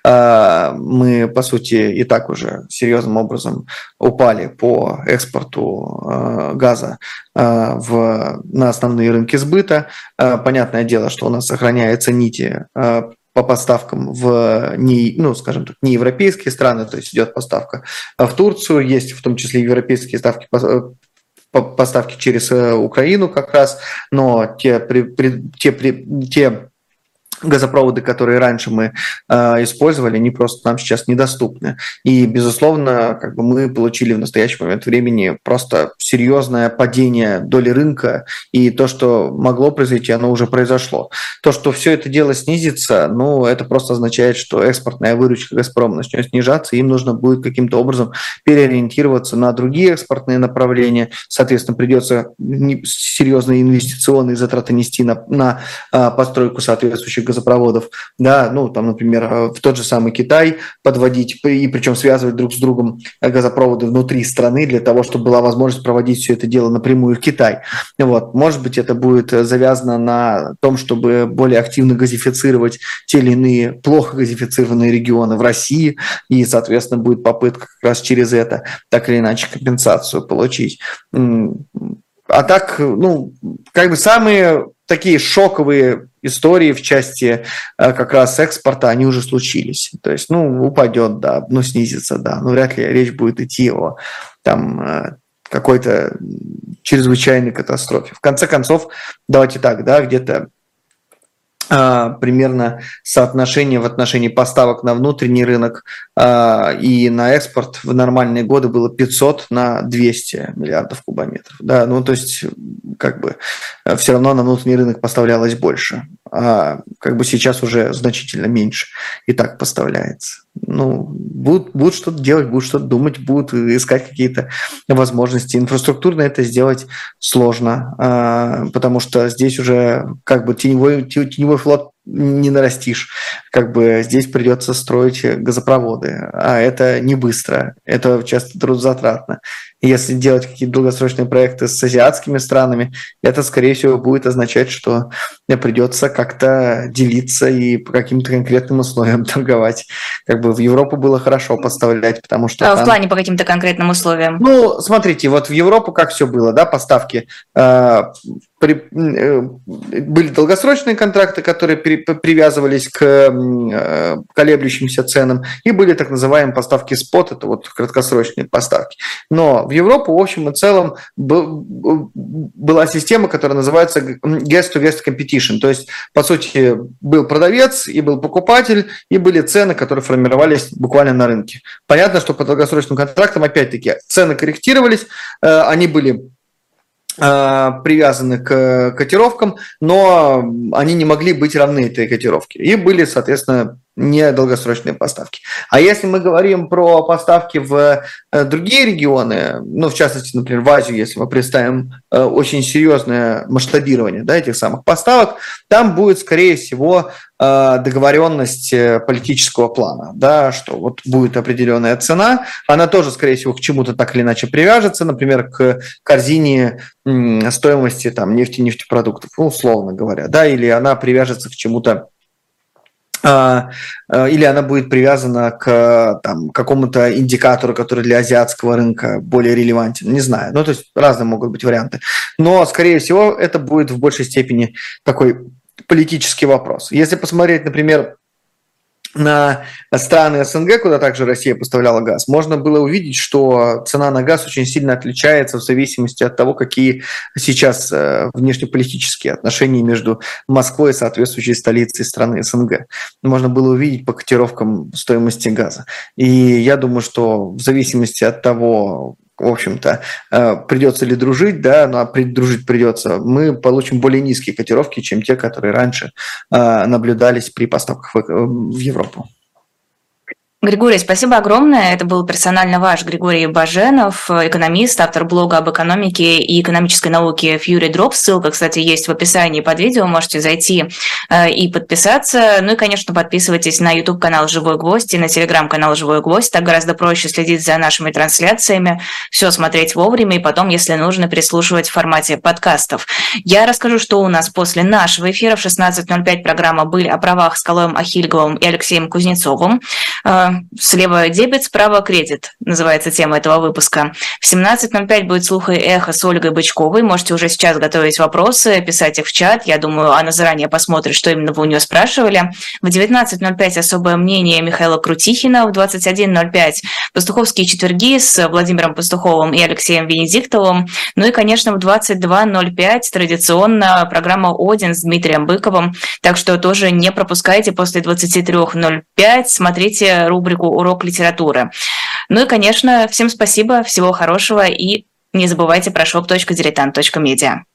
Мы, по сути, и так уже серьезным образом упали по экспорту газа в, на основные рынки сбыта. Понятное дело, что у нас сохраняются нити по поставкам в не, ну, скажем так, не европейские страны, то есть идет поставка в Турцию, есть в том числе европейские ставки, поставки через Украину как раз, но те, те, те газопроводы, которые раньше мы э, использовали, они просто нам сейчас недоступны. И, безусловно, как бы мы получили в настоящий момент времени просто серьезное падение доли рынка, и то, что могло произойти, оно уже произошло. То, что все это дело снизится, ну, это просто означает, что экспортная выручка «Газпрома» начнет снижаться, и им нужно будет каким-то образом переориентироваться на другие экспортные направления. Соответственно, придется серьезные инвестиционные затраты нести на, на э, постройку соответствующих газопроводов, да, ну, там, например, в тот же самый Китай подводить, и причем связывать друг с другом газопроводы внутри страны для того, чтобы была возможность проводить все это дело напрямую в Китай. Вот. Может быть, это будет завязано на том, чтобы более активно газифицировать те или иные плохо газифицированные регионы в России, и, соответственно, будет попытка как раз через это так или иначе компенсацию получить. А так, ну, как бы самые такие шоковые истории в части как раз экспорта, они уже случились. То есть, ну, упадет, да, ну, снизится, да, но вряд ли речь будет идти о там какой-то чрезвычайной катастрофе. В конце концов, давайте так, да, где-то примерно соотношение в отношении поставок на внутренний рынок э, и на экспорт в нормальные годы было пятьсот на двести миллиардов кубометров. Да, ну, то есть, как бы, все равно на внутренний рынок поставлялось больше, а как бы сейчас уже значительно меньше и так поставляется. Ну, будут, будут что-то делать, будут что-то думать, будут искать какие-то возможности. Инфраструктурно это сделать сложно, э, потому что здесь уже как бы теневой, теневой флот не нарастишь. Как бы здесь придется строить газопроводы, а это не быстро, это часто трудозатратно. Если делать какие-то долгосрочные проекты с азиатскими странами, это, скорее всего, будет означать, что придется как-то делиться и по каким-то конкретным условиям торговать. Как бы в Европу было хорошо поставлять, потому что... А там... в плане по каким-то конкретным условиям? Ну, смотрите, вот в Европу как все было, да, поставки... Э, при, э, были долгосрочные контракты, которые при, привязывались к э, колеблющимся ценам, и были так называемые поставки спот, это вот краткосрочные поставки. Но в Европу, в общем и целом, был, была система, которая называется guest-to-guest competition, то есть, по сути, был продавец и был покупатель, и были цены, которые формировались буквально на рынке. Понятно, что по долгосрочным контрактам, опять-таки, цены корректировались, э, они были привязаны к котировкам, но они не могли быть равны этой котировке. И были, соответственно, недолгосрочные поставки. А если мы говорим про поставки в другие регионы, ну, в частности, например, в Азию, если мы представим очень серьезное масштабирование, да, этих самых поставок, там будет, скорее всего, договоренность политического плана, да, что вот будет определенная цена, она тоже, скорее всего, к чему-то так или иначе привяжется, например, к корзине стоимости там, нефти, нефтепродуктов, ну, условно говоря, да, или она привяжется к чему-то или она будет привязана к там, какому-то индикатору, который для азиатского рынка более релевантен, не знаю. Ну, то есть разные могут быть варианты. Но, скорее всего, это будет в большей степени такой политический вопрос. Если посмотреть, например, на страны СНГ, куда также Россия поставляла газ, можно было увидеть, что цена на газ очень сильно отличается в зависимости от того, какие сейчас внешнеполитические отношения между Москвой и соответствующей столицей страны СНГ. Можно было увидеть по котировкам стоимости газа. И я думаю, что в зависимости от того, в общем-то, придется ли дружить, да, но дружить придется, мы получим более низкие котировки, чем те, которые раньше наблюдались при поставках в Европу. Григорий, спасибо огромное. Это был персонально ваш Григорий Баженов, экономист, автор блога об экономике и экономической науке Fury Drop. Ссылка, кстати, есть в описании под видео. Можете зайти э, и подписаться. Ну и, конечно, подписывайтесь на YouTube-канал «Живой гвоздь» и на Telegram-канал «Живой гвоздь». Так гораздо проще следить за нашими трансляциями, все смотреть вовремя и потом, если нужно, переслушивать в формате подкастов. Я расскажу, что у нас после нашего эфира в шестнадцать ноль пять программа «Быль о правах» с Калоем Ахильговым и Алексеем Кузнецовым. Слева дебет, справа кредит, называется тема этого выпуска. В семнадцать ноль пять будет «Слух и эхо» с Ольгой Бычковой. Можете уже сейчас готовить вопросы, писать их в чат. Я думаю, она заранее посмотрит, что именно вы у нее спрашивали. В девятнадцать ноль пять «Особое мнение» Михаила Крутихина. В двадцать один ноль пять «Пастуховские четверги» с Владимиром Пастуховым и Алексеем Венедиктовым. Ну и, конечно, в двадцать два ноль пять традиционно программа «Один» с Дмитрием Быковым. Так что тоже не пропускайте после двадцать три ноль пять. Смотрите рубрику «Урок литературы». Ну и, конечно, всем спасибо, всего хорошего и не забывайте про shop точка diletant точка media.